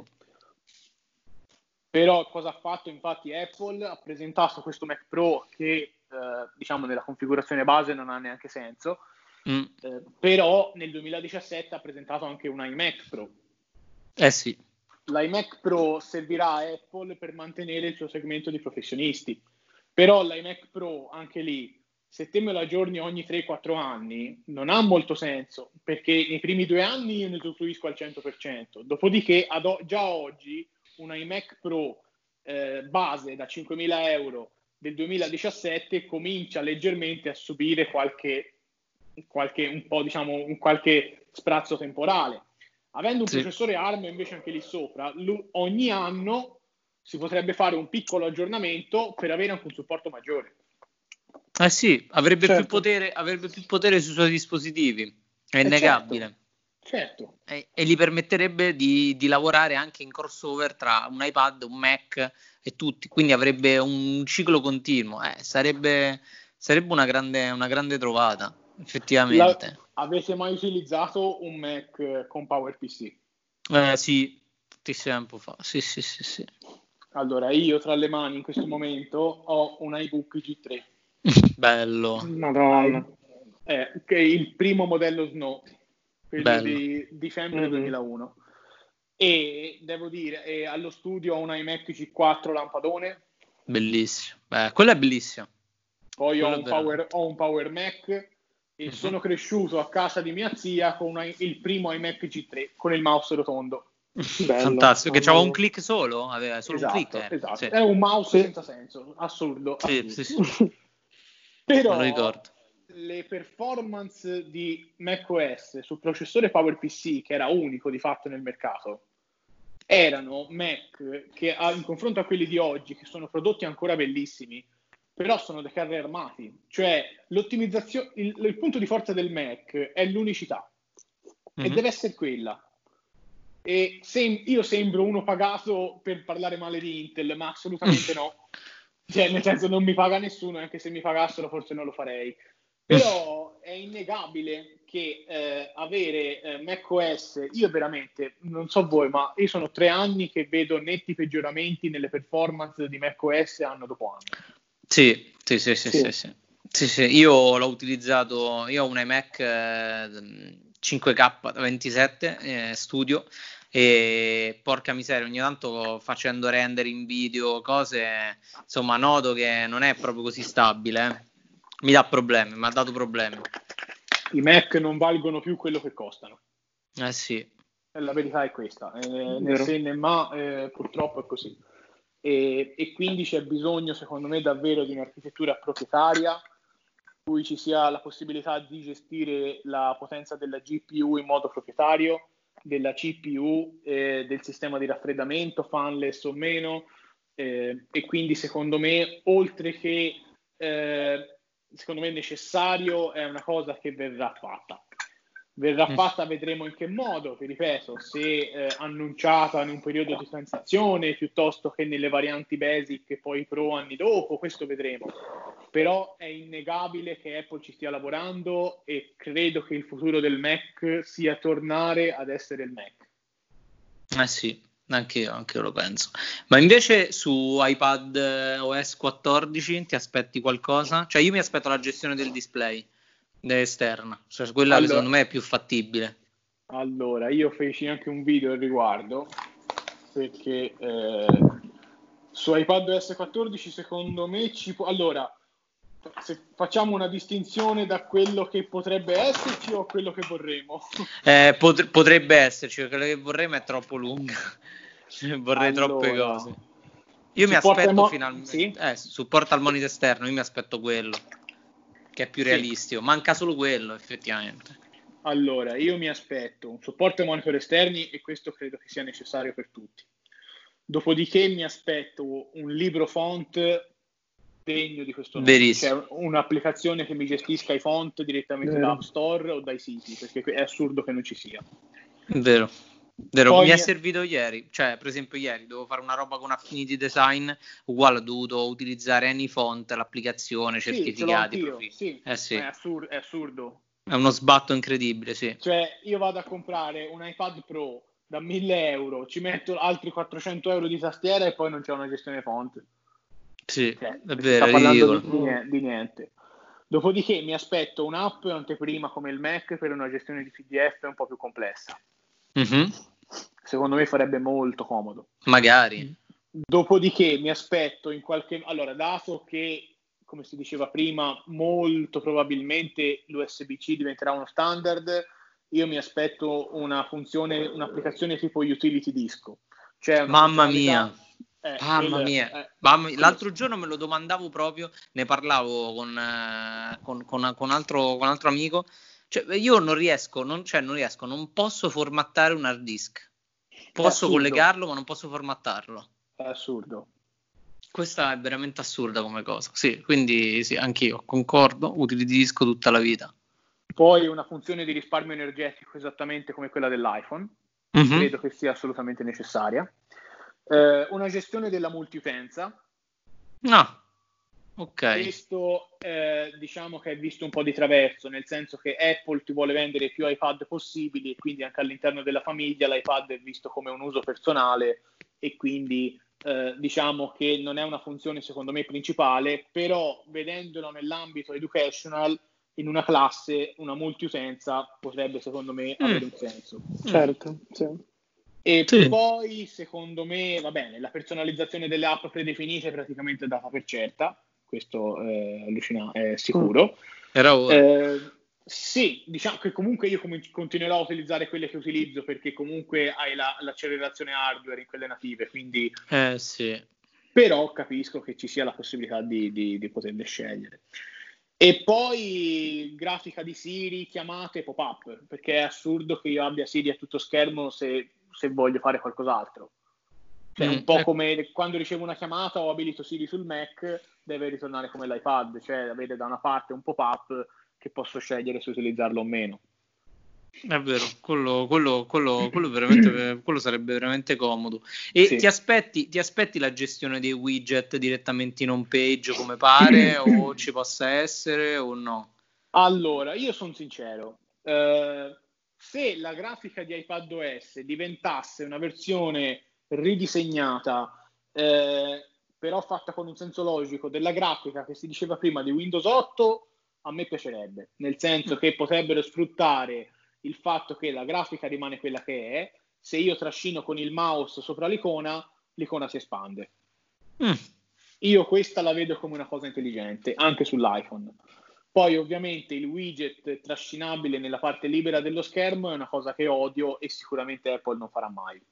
Però cosa ha fatto? Infatti Apple ha presentato questo Mac Pro che, diciamo, nella configurazione base non ha neanche senso, però nel 2017 ha presentato anche un iMac Pro. Sì. L'iMac Pro servirà a Apple per mantenere il suo segmento di professionisti, però l'iMac Pro, anche lì, se te me lo aggiorni ogni 3-4 anni, non ha molto senso, perché nei primi 2 anni io ne usufruisco al 100%, dopodiché già oggi un iMac Pro base da 5.000 euro del 2017 comincia leggermente a subire qualche sprazzo temporale. Avendo un processore ARM invece anche lì sopra, ogni anno si potrebbe fare un piccolo aggiornamento per avere anche un supporto maggiore. Sì, avrebbe più potere sui suoi dispositivi, è innegabile. Certo. E gli permetterebbe di lavorare anche in crossover tra un iPad, un Mac e tutti, quindi avrebbe un ciclo continuo. Sarebbe una grande trovata, effettivamente. Avete mai utilizzato un Mac con PowerPC? Sì, tantissimo tempo fa. Sì. Allora, io tra le mani in questo momento ho un iBook G3. Bello. Madonna. Che è il primo modello Snow, quello di dicembre 2001. E devo dire, allo studio ho un iMac G4 lampadone. Bellissimo. Quello è bellissimo. Poi ho un Power Mac e sono cresciuto a casa di mia zia con il primo iMac G3 con il mouse rotondo. Bello. Fantastico, che c'aveva un click solo? Aveva solo un click. Esatto. Sì. È un mouse senza senso, assurdo. Sì. Però le performance di macOS sul processore PowerPC, che era unico di fatto nel mercato, erano Mac che in confronto a quelli di oggi, che sono prodotti ancora bellissimi, però sono dei carri armati. Cioè l'ottimizzazione, il punto di forza del Mac è l'unicità e deve essere quella. E io sembro uno pagato per parlare male di Intel, ma assolutamente no. Cioè, nel senso, non mi paga nessuno, anche se mi pagassero forse non lo farei. Però è innegabile che avere macOS, io veramente, non so voi, ma io sono 3 anni che vedo netti peggioramenti nelle performance di macOS anno dopo anno. Sì. Io l'ho utilizzato, io ho un iMac 5K da 27 studio, e porca miseria, ogni tanto facendo render in video, cose, insomma, noto che non è proprio così stabile. Mi ha dato problemi. I Mac non valgono più quello che costano. Sì. La verità è questa, né se né ma, purtroppo è così. E quindi c'è bisogno, secondo me, davvero di un'architettura proprietaria, cui ci sia la possibilità di gestire la potenza della GPU in modo proprietario, della CPU, del sistema di raffreddamento, fanless o meno, e quindi secondo me, oltre che secondo me necessario, è una cosa che verrà fatta. Vedremo in che modo, ti ripeto, se annunciata in un periodo di transizione piuttosto che nelle varianti basic e poi pro anni dopo, questo vedremo. Però è innegabile che Apple ci stia lavorando e credo che il futuro del Mac sia tornare ad essere il Mac. Sì, anche io lo penso. Ma invece su iPad OS 14 ti aspetti qualcosa? Cioè io mi aspetto la gestione del display esterna, cioè quella che secondo me è più fattibile. Allora, io feci anche un video al riguardo, perché su iPad OS 14 secondo me allora, se facciamo una distinzione da quello che potrebbe esserci o quello che vorremo? Potrebbe esserci, quello che vorremmo è troppo lunga. Vorrei troppe cose. Io mi aspetto finalmente supporta al monitor esterno, io mi aspetto quello che è più realistico. Manca solo quello, effettivamente. Allora, io mi aspetto un supporto ai monitor esterni e questo credo che sia necessario per tutti. Dopodiché mi aspetto un libro font degno di questo nome, Verissimo. cioè un'applicazione che mi gestisca i font direttamente da App Store o dai siti, perché è assurdo che non ci sia. Vero. Poi mi è servito ieri, cioè per esempio ieri dovevo fare una roba con Affinity Design, uguale ho dovuto utilizzare AnyFont, l'applicazione, certificati, sì. È assurdo. È uno sbatto incredibile, sì. Cioè io vado a comprare un iPad Pro da 1.000 euro, ci metto altri 400 euro di tastiera e poi non c'è una gestione font. Sì, cioè, è vero, sta parlando di niente. Dopodiché mi aspetto un'app anteprima come il Mac per una gestione di PDF un po' più complessa. Mm-hmm. Secondo me farebbe molto comodo. Magari. Dopodiché mi aspetto allora, dato che, come si diceva prima, molto probabilmente l'USB-C diventerà uno standard, io mi aspetto un'applicazione tipo Utility Disco. Cioè Mamma mia. L'altro giorno me lo domandavo proprio, ne parlavo con altro amico. Cioè, io non posso formattare un hard disk. Posso collegarlo, ma non posso formattarlo. È assurdo. Questa è veramente assurda come cosa. Sì, quindi sì, anch'io concordo, utilizzo tutta la vita. Poi una funzione di risparmio energetico esattamente come quella dell'iPhone. Mm-hmm. Credo che sia assolutamente necessaria. Una gestione della multiutenza. No. Ok. Questo diciamo che è visto un po' di traverso, nel senso che Apple ti vuole vendere più iPad possibili e quindi anche all'interno della famiglia l'iPad è visto come un uso personale e quindi diciamo che non è una funzione secondo me principale, però vedendolo nell'ambito educational in una classe una multiutenza potrebbe secondo me avere un senso. Certo, sì. E poi secondo me va bene, la personalizzazione delle app predefinite è praticamente data per certa, questo è sicuro. Era ora. Sì, diciamo che comunque io continuerò a utilizzare quelle che utilizzo perché comunque hai l'accelerazione hardware in quelle native, quindi sì. Però capisco che ci sia la possibilità di poterle scegliere. E poi grafica di Siri, chiamate, pop-up, perché è assurdo che io abbia Siri a tutto schermo se voglio fare qualcos'altro. Cioè, un po' come quando ricevo una chiamata o abilito Siri sul Mac, deve ritornare come l'iPad, cioè avere da una parte un pop-up che posso scegliere se utilizzarlo o meno. È vero, quello veramente, quello sarebbe veramente comodo. E sì. ti aspetti la gestione dei widget direttamente in home page come pare o ci possa essere o no? Allora, io sono sincero, se la grafica di iPadOS diventasse una versione ridisegnata, però fatta con un senso logico della grafica che si diceva prima di Windows 8, a me piacerebbe, nel senso che potrebbero sfruttare il fatto che la grafica rimane quella che è, se io trascino con il mouse sopra l'icona si espande. Io questa la vedo come una cosa intelligente, anche sull'iPhone. Poi ovviamente il widget trascinabile nella parte libera dello schermo è una cosa che odio e sicuramente Apple non farà mai.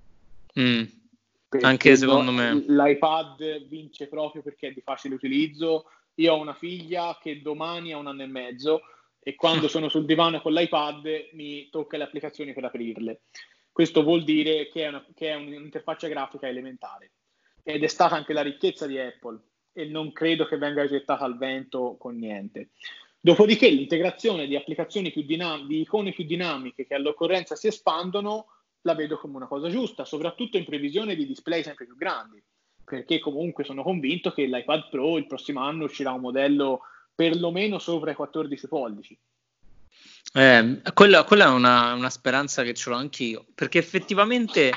Anche secondo me. L'iPad vince proprio perché è di facile utilizzo. Io ho una figlia che domani ha 1 anno e mezzo e quando sono sul divano con l'iPad mi tocca le applicazioni per aprirle. Questo vuol dire che è un'interfaccia grafica elementare ed è stata anche la ricchezza di Apple e non credo che venga gettata al vento con niente. Dopodiché l'integrazione di applicazioni di icone più dinamiche che all'occorrenza si espandono la vedo come una cosa giusta, soprattutto in previsione di display sempre più grandi, perché comunque sono convinto che l'iPad Pro il prossimo anno uscirà un modello perlomeno sopra i 14 pollici. Quella è una speranza che ce l'ho anch'io, perché effettivamente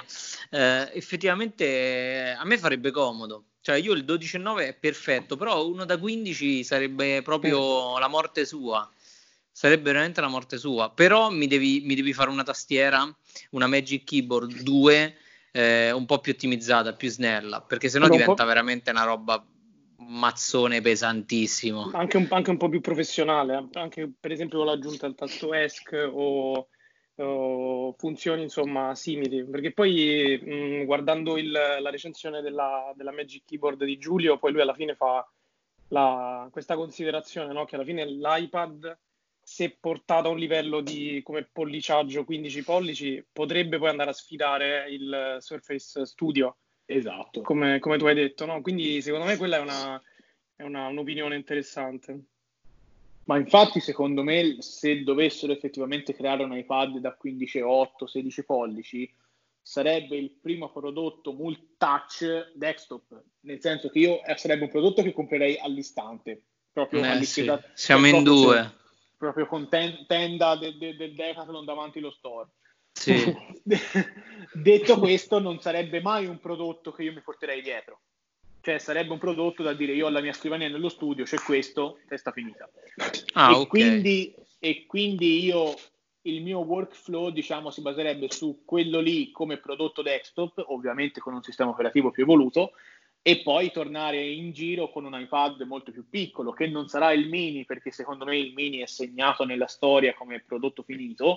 a me farebbe comodo. Cioè io il 12,9 è perfetto, però uno da 15 sarebbe proprio la morte sua. Sarebbe veramente la morte sua. Però mi devi fare una tastiera, una Magic Keyboard 2 un po' più ottimizzata, più snella, perché sennò diventa veramente una roba mazzone pesantissimo. Anche un po' più professionale, anche per esempio con l'aggiunta al tasto ESC o funzioni insomma simili, perché poi guardando la recensione della Magic Keyboard di Giulio, poi lui alla fine fa questa considerazione, no? Che alla fine l'iPad se portato a un livello di come polliciaggio 15 pollici, potrebbe poi andare a sfidare il Surface Studio. Esatto. Come tu hai detto, no? Quindi secondo me quella è un'opinione interessante. Ma infatti secondo me se dovessero effettivamente creare un iPad da 15,8, 16 pollici sarebbe il primo prodotto multi-touch desktop, nel senso che sarebbe un prodotto che comprerei all'istante, proprio sì. Siamo in due. Proprio con tenda del Decathlon davanti allo store. Sì. Detto questo, non sarebbe mai un prodotto che io mi porterei dietro. Cioè sarebbe un prodotto da dire io ho la mia scrivania nello studio, c'è questo, testa finita. Okay. Quindi io il mio workflow diciamo si baserebbe su quello lì come prodotto desktop, ovviamente con un sistema operativo più evoluto, e poi tornare in giro con un iPad molto più piccolo, che non sarà il mini, perché secondo me il mini è segnato nella storia come prodotto finito,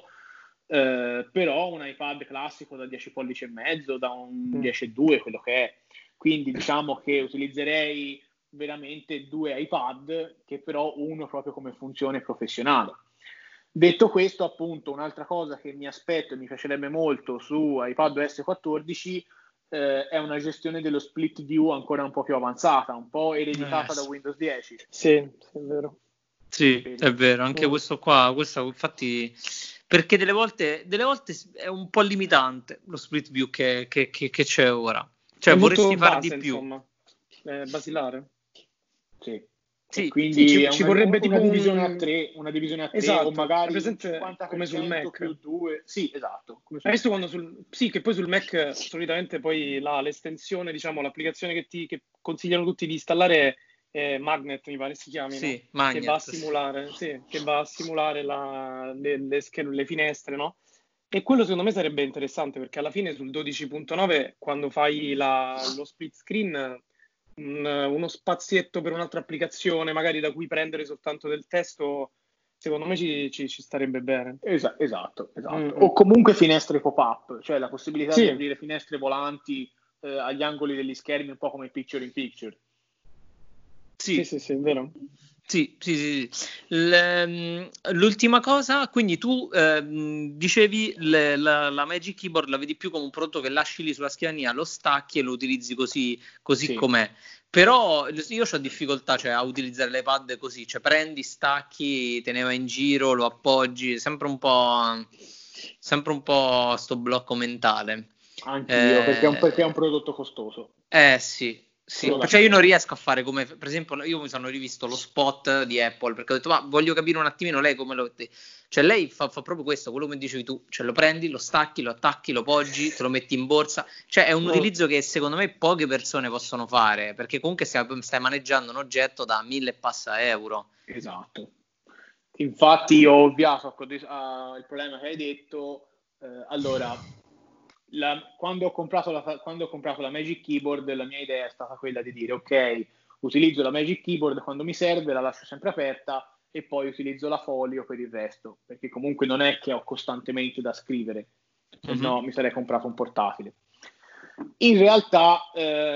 però un iPad classico da 10 pollici e mezzo, da un 10,2, quello che è. Quindi diciamo che utilizzerei veramente 2 iPad, che però uno proprio come funzione professionale. Detto questo, appunto, un'altra cosa che mi aspetto e mi piacerebbe molto su iPadOS 14 è una gestione dello split view ancora un po' più avanzata, un po' ereditata da Windows 10. Sì, è vero. Sì, è vero, anche questo infatti, perché delle volte è un po' limitante lo split view che c'è ora. Cioè è vorresti fare base, di più. Insomma, basilare. Sì. Sì. E quindi ci vorrebbe tipo una divisione a 3, esatto, o magari presente 50% come sul Mac. più 2. Sì, esatto. Hai visto quando sì, che poi sul Mac solitamente poi l'estensione, diciamo, l'applicazione che consigliano tutti di installare è Magnet, mi pare si chiami, sì, no? Magnet, che va a simulare le finestre, no? E quello secondo me sarebbe interessante perché alla fine sul 12.9 quando fai lo split screen uno spazietto per un'altra applicazione magari da cui prendere soltanto del testo secondo me ci starebbe bene. Esatto. O comunque finestre pop-up, cioè la possibilità di aprire finestre volanti agli angoli degli schermi, un po' come picture in picture. Sì, è vero. Sì. L'ultima cosa, quindi tu dicevi la Magic Keyboard la vedi più come un prodotto che lasci lì sulla scrivania, lo stacchi e lo utilizzi così sì. Com'è. Però io ho difficoltà a utilizzare l'iPad così, cioè prendi, stacchi, te ne vai in giro, lo appoggi, sempre un po' sto blocco mentale. Anch'io, perché è un prodotto costoso. Sì, cioè io non riesco a fare come, per esempio, io mi sono rivisto lo spot di Apple perché ho detto, ma voglio capire un attimino lei come lo... Cioè lei fa proprio questo, quello come dicevi tu, cioè lo prendi, lo stacchi, lo attacchi, lo poggi, te lo metti in borsa, cioè è un utilizzo che secondo me poche persone possono fare, perché comunque stai maneggiando un oggetto da 1000 e passa euro. Esatto. Infatti io ho ovviato il problema che hai detto, allora... Quando ho comprato la Magic Keyboard, la mia idea è stata quella di dire ok, utilizzo la Magic Keyboard quando mi serve, la lascio sempre aperta e poi utilizzo la Folio per il resto, perché comunque non è che ho costantemente da scrivere, se no mi sarei comprato un portatile. In realtà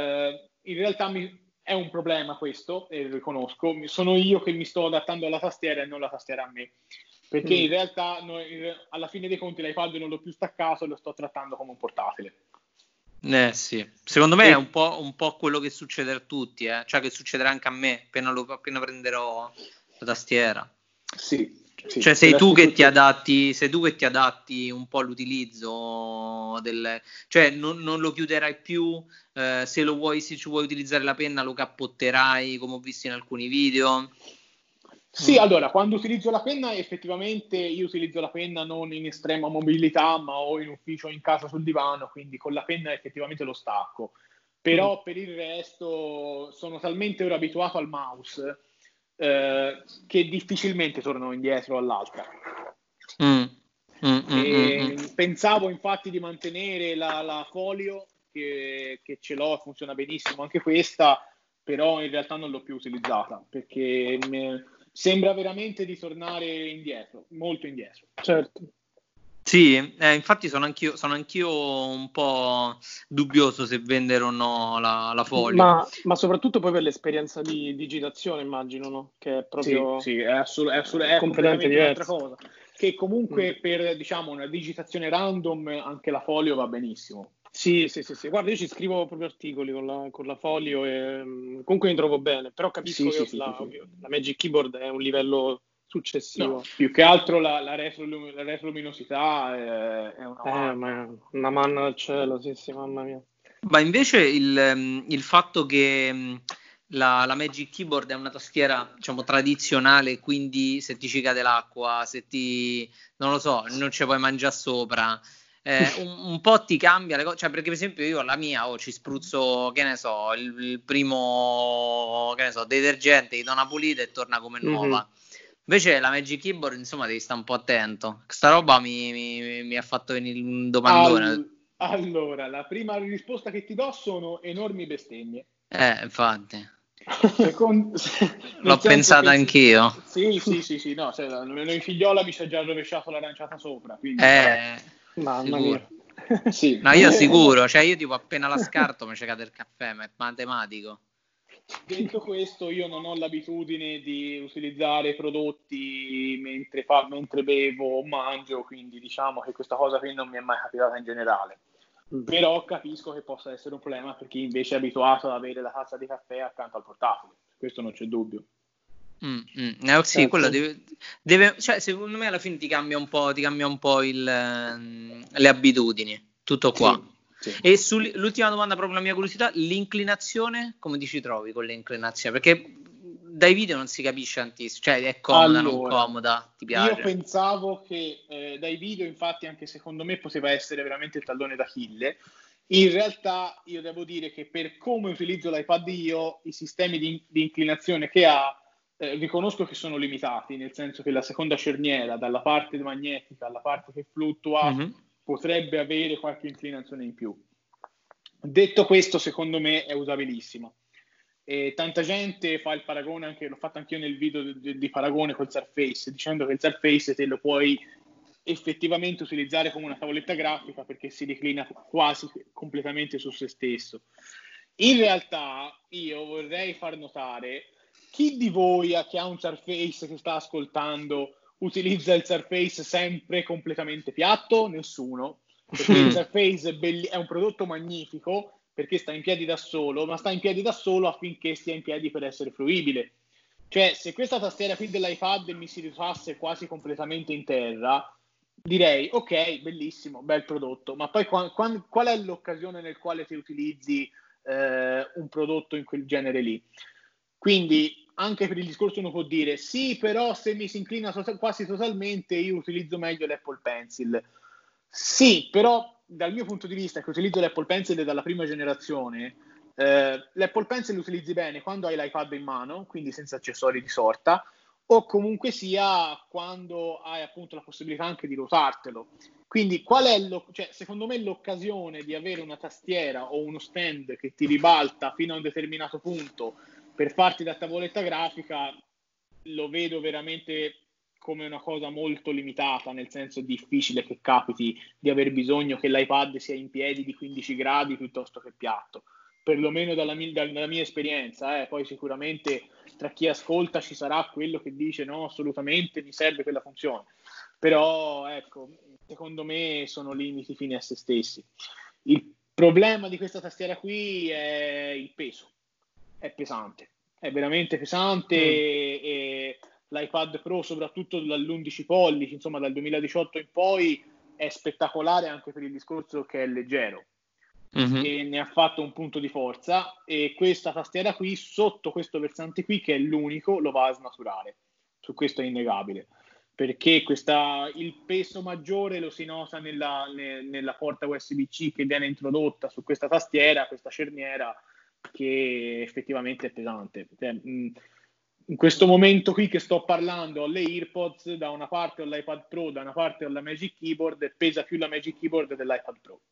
è un problema questo, e lo riconosco, sono io che mi sto adattando alla tastiera e non la tastiera a me. Perché in realtà alla fine dei conti l'iPad non l'ho più staccato e lo sto trattando come un portatile. Sì, secondo me è un po' quello che succederà a tutti, cioè che succederà anche a me appena prenderò la tastiera. Sì. Cioè sei tu che ti adatti un po' all'utilizzo cioè non lo chiuderai più, se ci vuoi utilizzare la penna lo cappotterai come ho visto in alcuni video. Sì, allora, quando utilizzo la penna, effettivamente io utilizzo la penna non in estrema mobilità, ma o in ufficio o in casa sul divano, quindi con la penna effettivamente lo stacco. Però per il resto sono talmente ora abituato al mouse che difficilmente torno indietro all'altra. Pensavo infatti di mantenere la Folio, che ce l'ho, funziona benissimo anche questa, però in realtà non l'ho più utilizzata, perché sembra veramente di tornare indietro, molto indietro. Certo. Sì, infatti sono anch'io un po' dubbioso se vendere o no la Folio. Ma soprattutto poi per l'esperienza di digitazione, immagino, no? Che è proprio Sì, è completamente completamente un'altra diverso. cosa. Che comunque per, diciamo, una digitazione random anche la Folio va benissimo. Sì. Guarda, io ci scrivo proprio articoli con la Folio e comunque mi trovo bene, però capisco che la Magic Keyboard è un livello successivo. No, più che altro la retroluminosità è una manna dal cielo, sì, mamma mia. Ma invece il fatto che la Magic Keyboard è una tastiera, diciamo, tradizionale, quindi se ti ci cade l'acqua, non lo so, non ci puoi mangiare sopra, un po' ti cambia le cose, cioè perché per esempio io la mia ci spruzzo, che ne so, il primo, che ne so, detergente, gli do una pulita e torna come nuova. Invece la Magic Keyboard, insomma, devi stare un po' attento. Questa roba mi ha fatto venire un domandone. Allora, la prima risposta che ti do sono enormi bestemmie. Infatti. L'ho pensata anch'io. Sì, no, cioè, noi figliola mi ci ha già rovesciato l'aranciata sopra, quindi mamma mia. Sì. No, io sicuro, cioè io tipo appena la scarto mi c'è cade il caffè, ma è matematico. Detto questo, io non ho l'abitudine di utilizzare prodotti mentre bevo o mangio, quindi diciamo che questa cosa qui non mi è mai capitata in generale. Però capisco che possa essere un problema per chi invece è abituato ad avere la tazza di caffè accanto al portatile, questo non c'è dubbio. Sì, quello deve, cioè, secondo me alla fine ti cambia un po' le abitudini, tutto qua. Sì. E sull'ultima domanda, proprio la mia curiosità, l'inclinazione, come ti ci trovi con l'inclinazione? Perché dai video non si capisce tantissimo, cioè è comoda, non comoda, ti piace? Io pensavo che dai video, infatti, anche secondo me poteva essere veramente il tallone d'Achille. In realtà io devo dire che per come utilizzo l'iPad io, i sistemi di inclinazione che ha, riconosco che sono limitati, nel senso che la seconda cerniera, dalla parte magnetica alla parte che fluttua, potrebbe avere qualche inclinazione in più. Detto questo, secondo me è usabilissima. E tanta gente fa il paragone, anche l'ho fatto anch'io nel video di paragone col Surface, dicendo che il Surface te lo puoi effettivamente utilizzare come una tavoletta grafica perché si declina quasi completamente su se stesso. In realtà io vorrei far notare, chi di voi che ha un Surface che sta ascoltando utilizza il Surface sempre completamente piatto? Nessuno, perché il Surface è un prodotto magnifico perché sta in piedi da solo, ma sta in piedi da solo affinché stia in piedi per essere fruibile. Cioè, se questa tastiera qui dell'iPad mi si ritrovasse quasi completamente in terra, direi, ok, bellissimo, bel prodotto, ma poi qual è l'occasione nel quale ti utilizzi un prodotto in quel genere lì? Quindi, anche per il discorso uno può dire, sì, però se mi si inclina quasi totalmente, io utilizzo meglio l'Apple Pencil. Sì, però dal mio punto di vista, che utilizzo l'Apple Pencil dalla prima generazione, l'Apple Pencil lo utilizzi bene quando hai l'iPad in mano, quindi senza accessori di sorta, o comunque sia quando hai appunto la possibilità anche di ruotartelo. Quindi qual è cioè, secondo me l'occasione di avere una tastiera o uno stand che ti ribalta fino a un determinato punto per farti da tavoletta grafica, lo vedo veramente come una cosa molto limitata, nel senso difficile che capiti di aver bisogno che l'iPad sia in piedi di 15 gradi piuttosto che piatto, perlomeno dalla mia esperienza. Poi sicuramente tra chi ascolta ci sarà quello che dice no, assolutamente mi serve quella funzione, però ecco, secondo me sono limiti fini a se stessi. Il problema di questa tastiera qui è il peso, è pesante, è veramente pesante e l'iPad Pro, soprattutto dall'11 pollici, insomma dal 2018 in poi, è spettacolare anche per il discorso che è leggero e ne ha fatto un punto di forza, e questa tastiera qui, sotto questo versante qui, che è l'unico, lo va a snaturare. Su questo è innegabile, perché il peso maggiore lo si nota nella porta USB-C che viene introdotta su questa tastiera, questa cerniera, che effettivamente è pesante. In questo momento qui che sto parlando ho le AirPods, da una parte ho l'iPad Pro, da una parte ho la Magic Keyboard, e pesa più la Magic Keyboard dell'iPad Pro.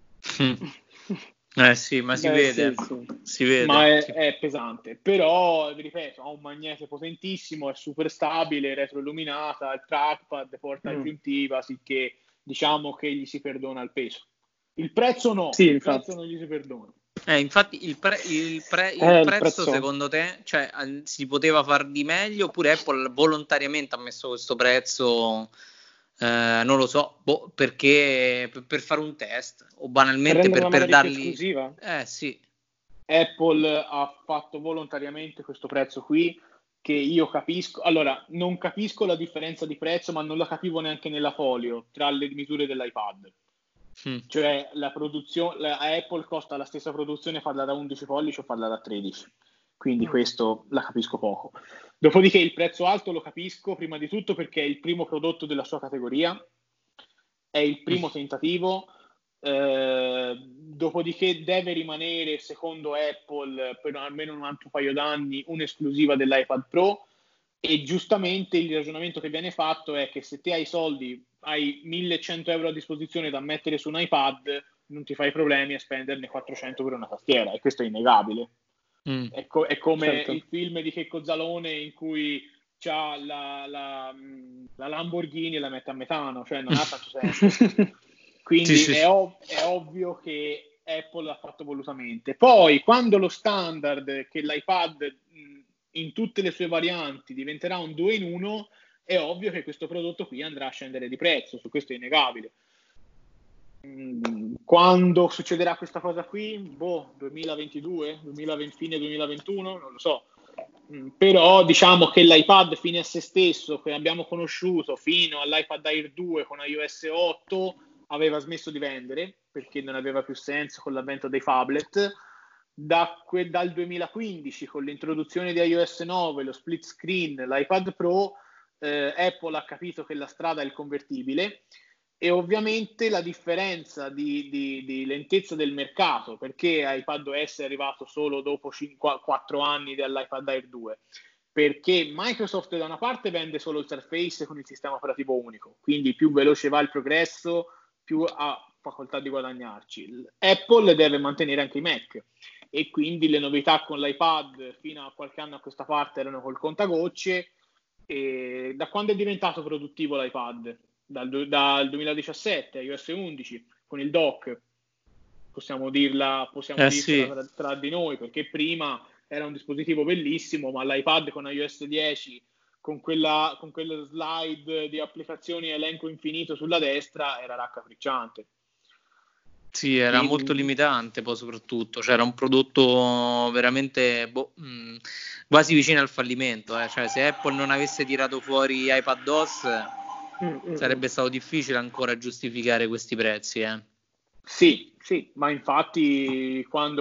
Sì, ma si vede. Si vede. Ma è pesante, però vi ripeto, ha un magnete potentissimo, è super stabile, retroilluminata, il trackpad, porta aggiuntiva, sicché diciamo che gli si perdona il peso. Il prezzo no, sì, il prezzo non gli si perdona. Infatti il prezzo secondo te, cioè, si poteva far di meglio, oppure Apple volontariamente ha messo questo prezzo, non lo so, perché per fare un test o banalmente per dargli esclusiva? Sì. Apple ha fatto volontariamente questo prezzo qui, che io capisco. Allora, non capisco la differenza di prezzo, ma non la capivo neanche nella folio tra le misure dell'iPad. Cioè la produzione, a Apple costa la stessa produzione farla da 11 pollici o farla da 13, quindi questo la capisco poco. Dopodiché il prezzo alto lo capisco prima di tutto perché è il primo prodotto della sua categoria, è il primo tentativo, dopodiché deve rimanere, secondo Apple, per almeno un altro paio d'anni un'esclusiva dell'iPad Pro, e giustamente il ragionamento che viene fatto è che se te hai soldi, hai 1.100 euro a disposizione da mettere su un iPad, non ti fai problemi a spenderne 400 per una tastiera, e questo è innegabile. È come certo. Il film di Checco Zalone in cui c'ha la Lamborghini e la mette a metano, cioè non ha tanto senso. Quindi sì. È ovvio che Apple l'ha fatto volutamente. Poi quando lo standard che l'iPad in tutte le sue varianti diventerà un 2 in 1, è ovvio che questo prodotto qui andrà a scendere di prezzo, su questo è innegabile. Quando succederà questa cosa qui? 2022, fine 2021, non lo so. Però diciamo che l'iPad fine a se stesso, che abbiamo conosciuto fino all'iPad Air 2 con iOS 8, aveva smesso di vendere perché non aveva più senso con l'avvento dei phablet. Dal 2015, con l'introduzione di iOS 9, lo split screen, l'iPad Pro, Apple ha capito che la strada è il convertibile, e ovviamente la differenza di lentezza del mercato, perché iPadOS è arrivato solo dopo 4 anni dall'iPad Air 2, perché Microsoft da una parte vende solo il Surface con il sistema operativo unico, quindi più veloce va il progresso, più ha facoltà di guadagnarci. Apple deve mantenere anche i Mac, e quindi le novità con l'iPad fino a qualche anno a questa parte erano col contagocce. E da quando è diventato produttivo l'iPad? Dal 2017, iOS 11, con il dock, possiamo dirla sì. tra di noi, perché prima era un dispositivo bellissimo, ma l'iPad con iOS 10, con quella slide di applicazioni elenco infinito sulla destra, era raccapricciante. Sì, era molto limitante, poi soprattutto, cioè era un prodotto veramente quasi vicino al fallimento, cioè se Apple non avesse tirato fuori iPadOS sarebbe stato difficile ancora giustificare questi prezzi. Sì, ma infatti quando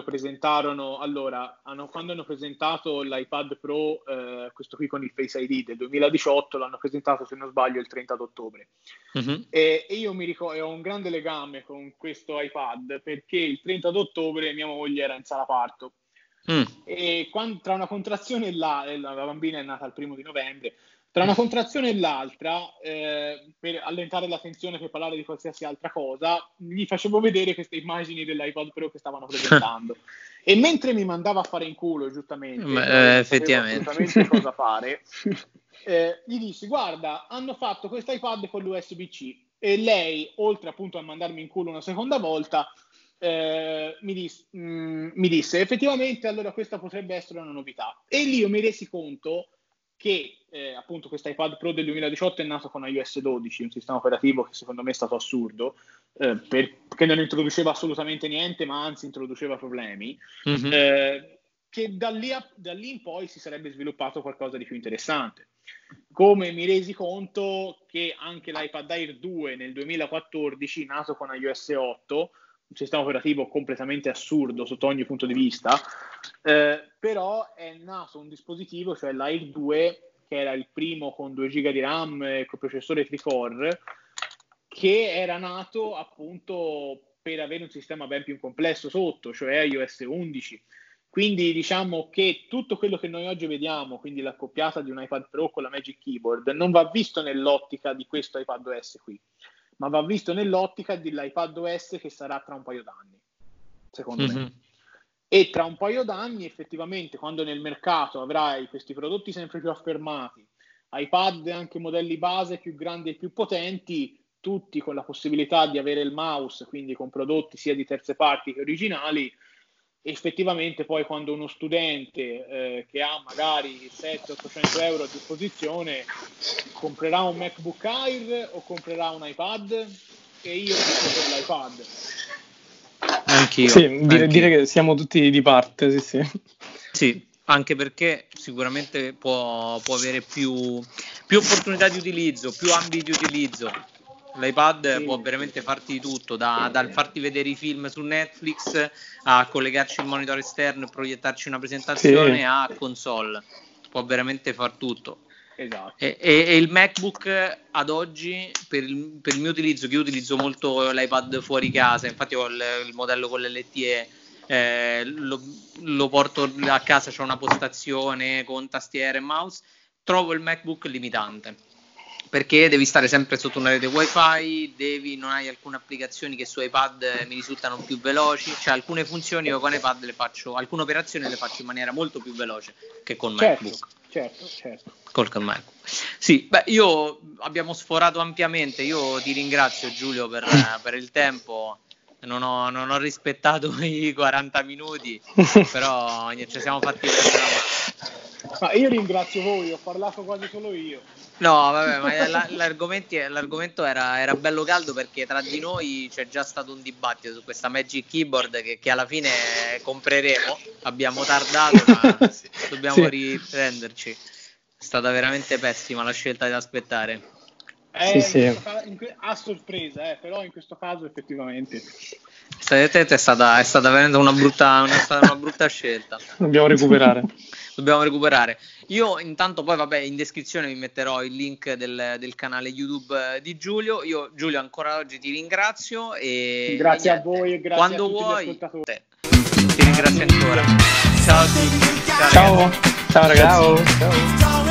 hanno presentato l'iPad Pro, questo qui con il Face ID del 2018, l'hanno presentato, se non sbaglio, il 30 d'ottobre. E io mi ricordo, ho un grande legame con questo iPad perché il 30 d'ottobre mia moglie era in sala parto. E tra una contrazione e la bambina è nata il 1 novembre. Tra una contrazione e l'altra, per allentare la tensione, per parlare di qualsiasi altra cosa, gli facevo vedere queste immagini dell'iPad Pro che stavano presentando. E mentre mi mandava a fare in culo, giustamente, effettivamente, assolutamente cosa fare, gli dissi: guarda, hanno fatto questo iPad con l'USB-C. E lei, oltre appunto a mandarmi in culo una seconda volta, mi disse effettivamente, allora questa potrebbe essere una novità. E lì io mi resi conto che appunto questo iPad Pro del 2018 è nato con iOS 12, un sistema operativo che secondo me è stato assurdo, perché non introduceva assolutamente niente, ma anzi introduceva problemi, che da lì in poi si sarebbe sviluppato qualcosa di più interessante. Come mi resi conto che anche l'iPad Air 2 nel 2014, nato con iOS 8, un sistema operativo completamente assurdo sotto ogni punto di vista, però è nato un dispositivo, cioè l'Air 2, che era il primo con 2 GB di RAM e con processore tricore, che era nato appunto per avere un sistema ben più complesso sotto, cioè iOS 11. Quindi diciamo che tutto quello che noi oggi vediamo, quindi l'accoppiata di un iPad Pro con la Magic Keyboard, non va visto nell'ottica di questo iPadOS qui, ma va visto nell'ottica dell'iPadOS che sarà tra un paio d'anni, secondo me. E tra un paio d'anni, effettivamente, quando nel mercato avrai questi prodotti sempre più affermati, iPad anche modelli base più grandi e più potenti, tutti con la possibilità di avere il mouse, quindi con prodotti sia di terze parti che originali. Effettivamente poi quando uno studente che ha magari 700-800 euro a disposizione comprerà un MacBook Air o comprerà un iPad, e io dico per l'iPad. Anch'io. Sì, dire che siamo tutti di parte, sì. Sì, anche perché sicuramente può avere più opportunità di utilizzo, più ambiti di utilizzo. L'iPad può veramente farti tutto, dal farti vedere i film su Netflix a collegarci il monitor esterno e proiettarci una presentazione a console, può veramente far tutto. Esatto. E il MacBook ad oggi per il mio utilizzo, che io utilizzo molto l'iPad fuori casa, infatti ho il modello con l'LTE, lo porto a casa, c'è una postazione con tastiere e mouse, trovo il MacBook limitante, perché devi stare sempre sotto una rete wifi, non hai alcune applicazioni che su iPad mi risultano più veloci, cioè alcune funzioni io con iPad alcune operazioni le faccio in maniera molto più veloce che con MacBook. Certo. Col MacBook. Sì, abbiamo sforato ampiamente, io ti ringrazio Giulio per il tempo. Non ho rispettato i 40 minuti, però ci siamo fatti vedere la mano. Ma io ringrazio voi, ho parlato quasi solo io. No, vabbè, ma l'argomento era bello caldo, perché tra di noi c'è già stato un dibattito su questa Magic Keyboard che alla fine compreremo. Abbiamo tardato, ma dobbiamo riprenderci. È stata veramente pessima la scelta di aspettare. A sorpresa, però in questo caso effettivamente è stata veramente una brutta scelta. Dobbiamo recuperare. Io intanto poi in descrizione vi metterò il link del canale YouTube di Giulio. Io Giulio ancora oggi ti ringrazio e grazie a voi e grazie quando a tutti vuoi, gli ascoltatori. ti ringrazio ancora. Ciao a tutti. Ciao ragazzi. Ciao.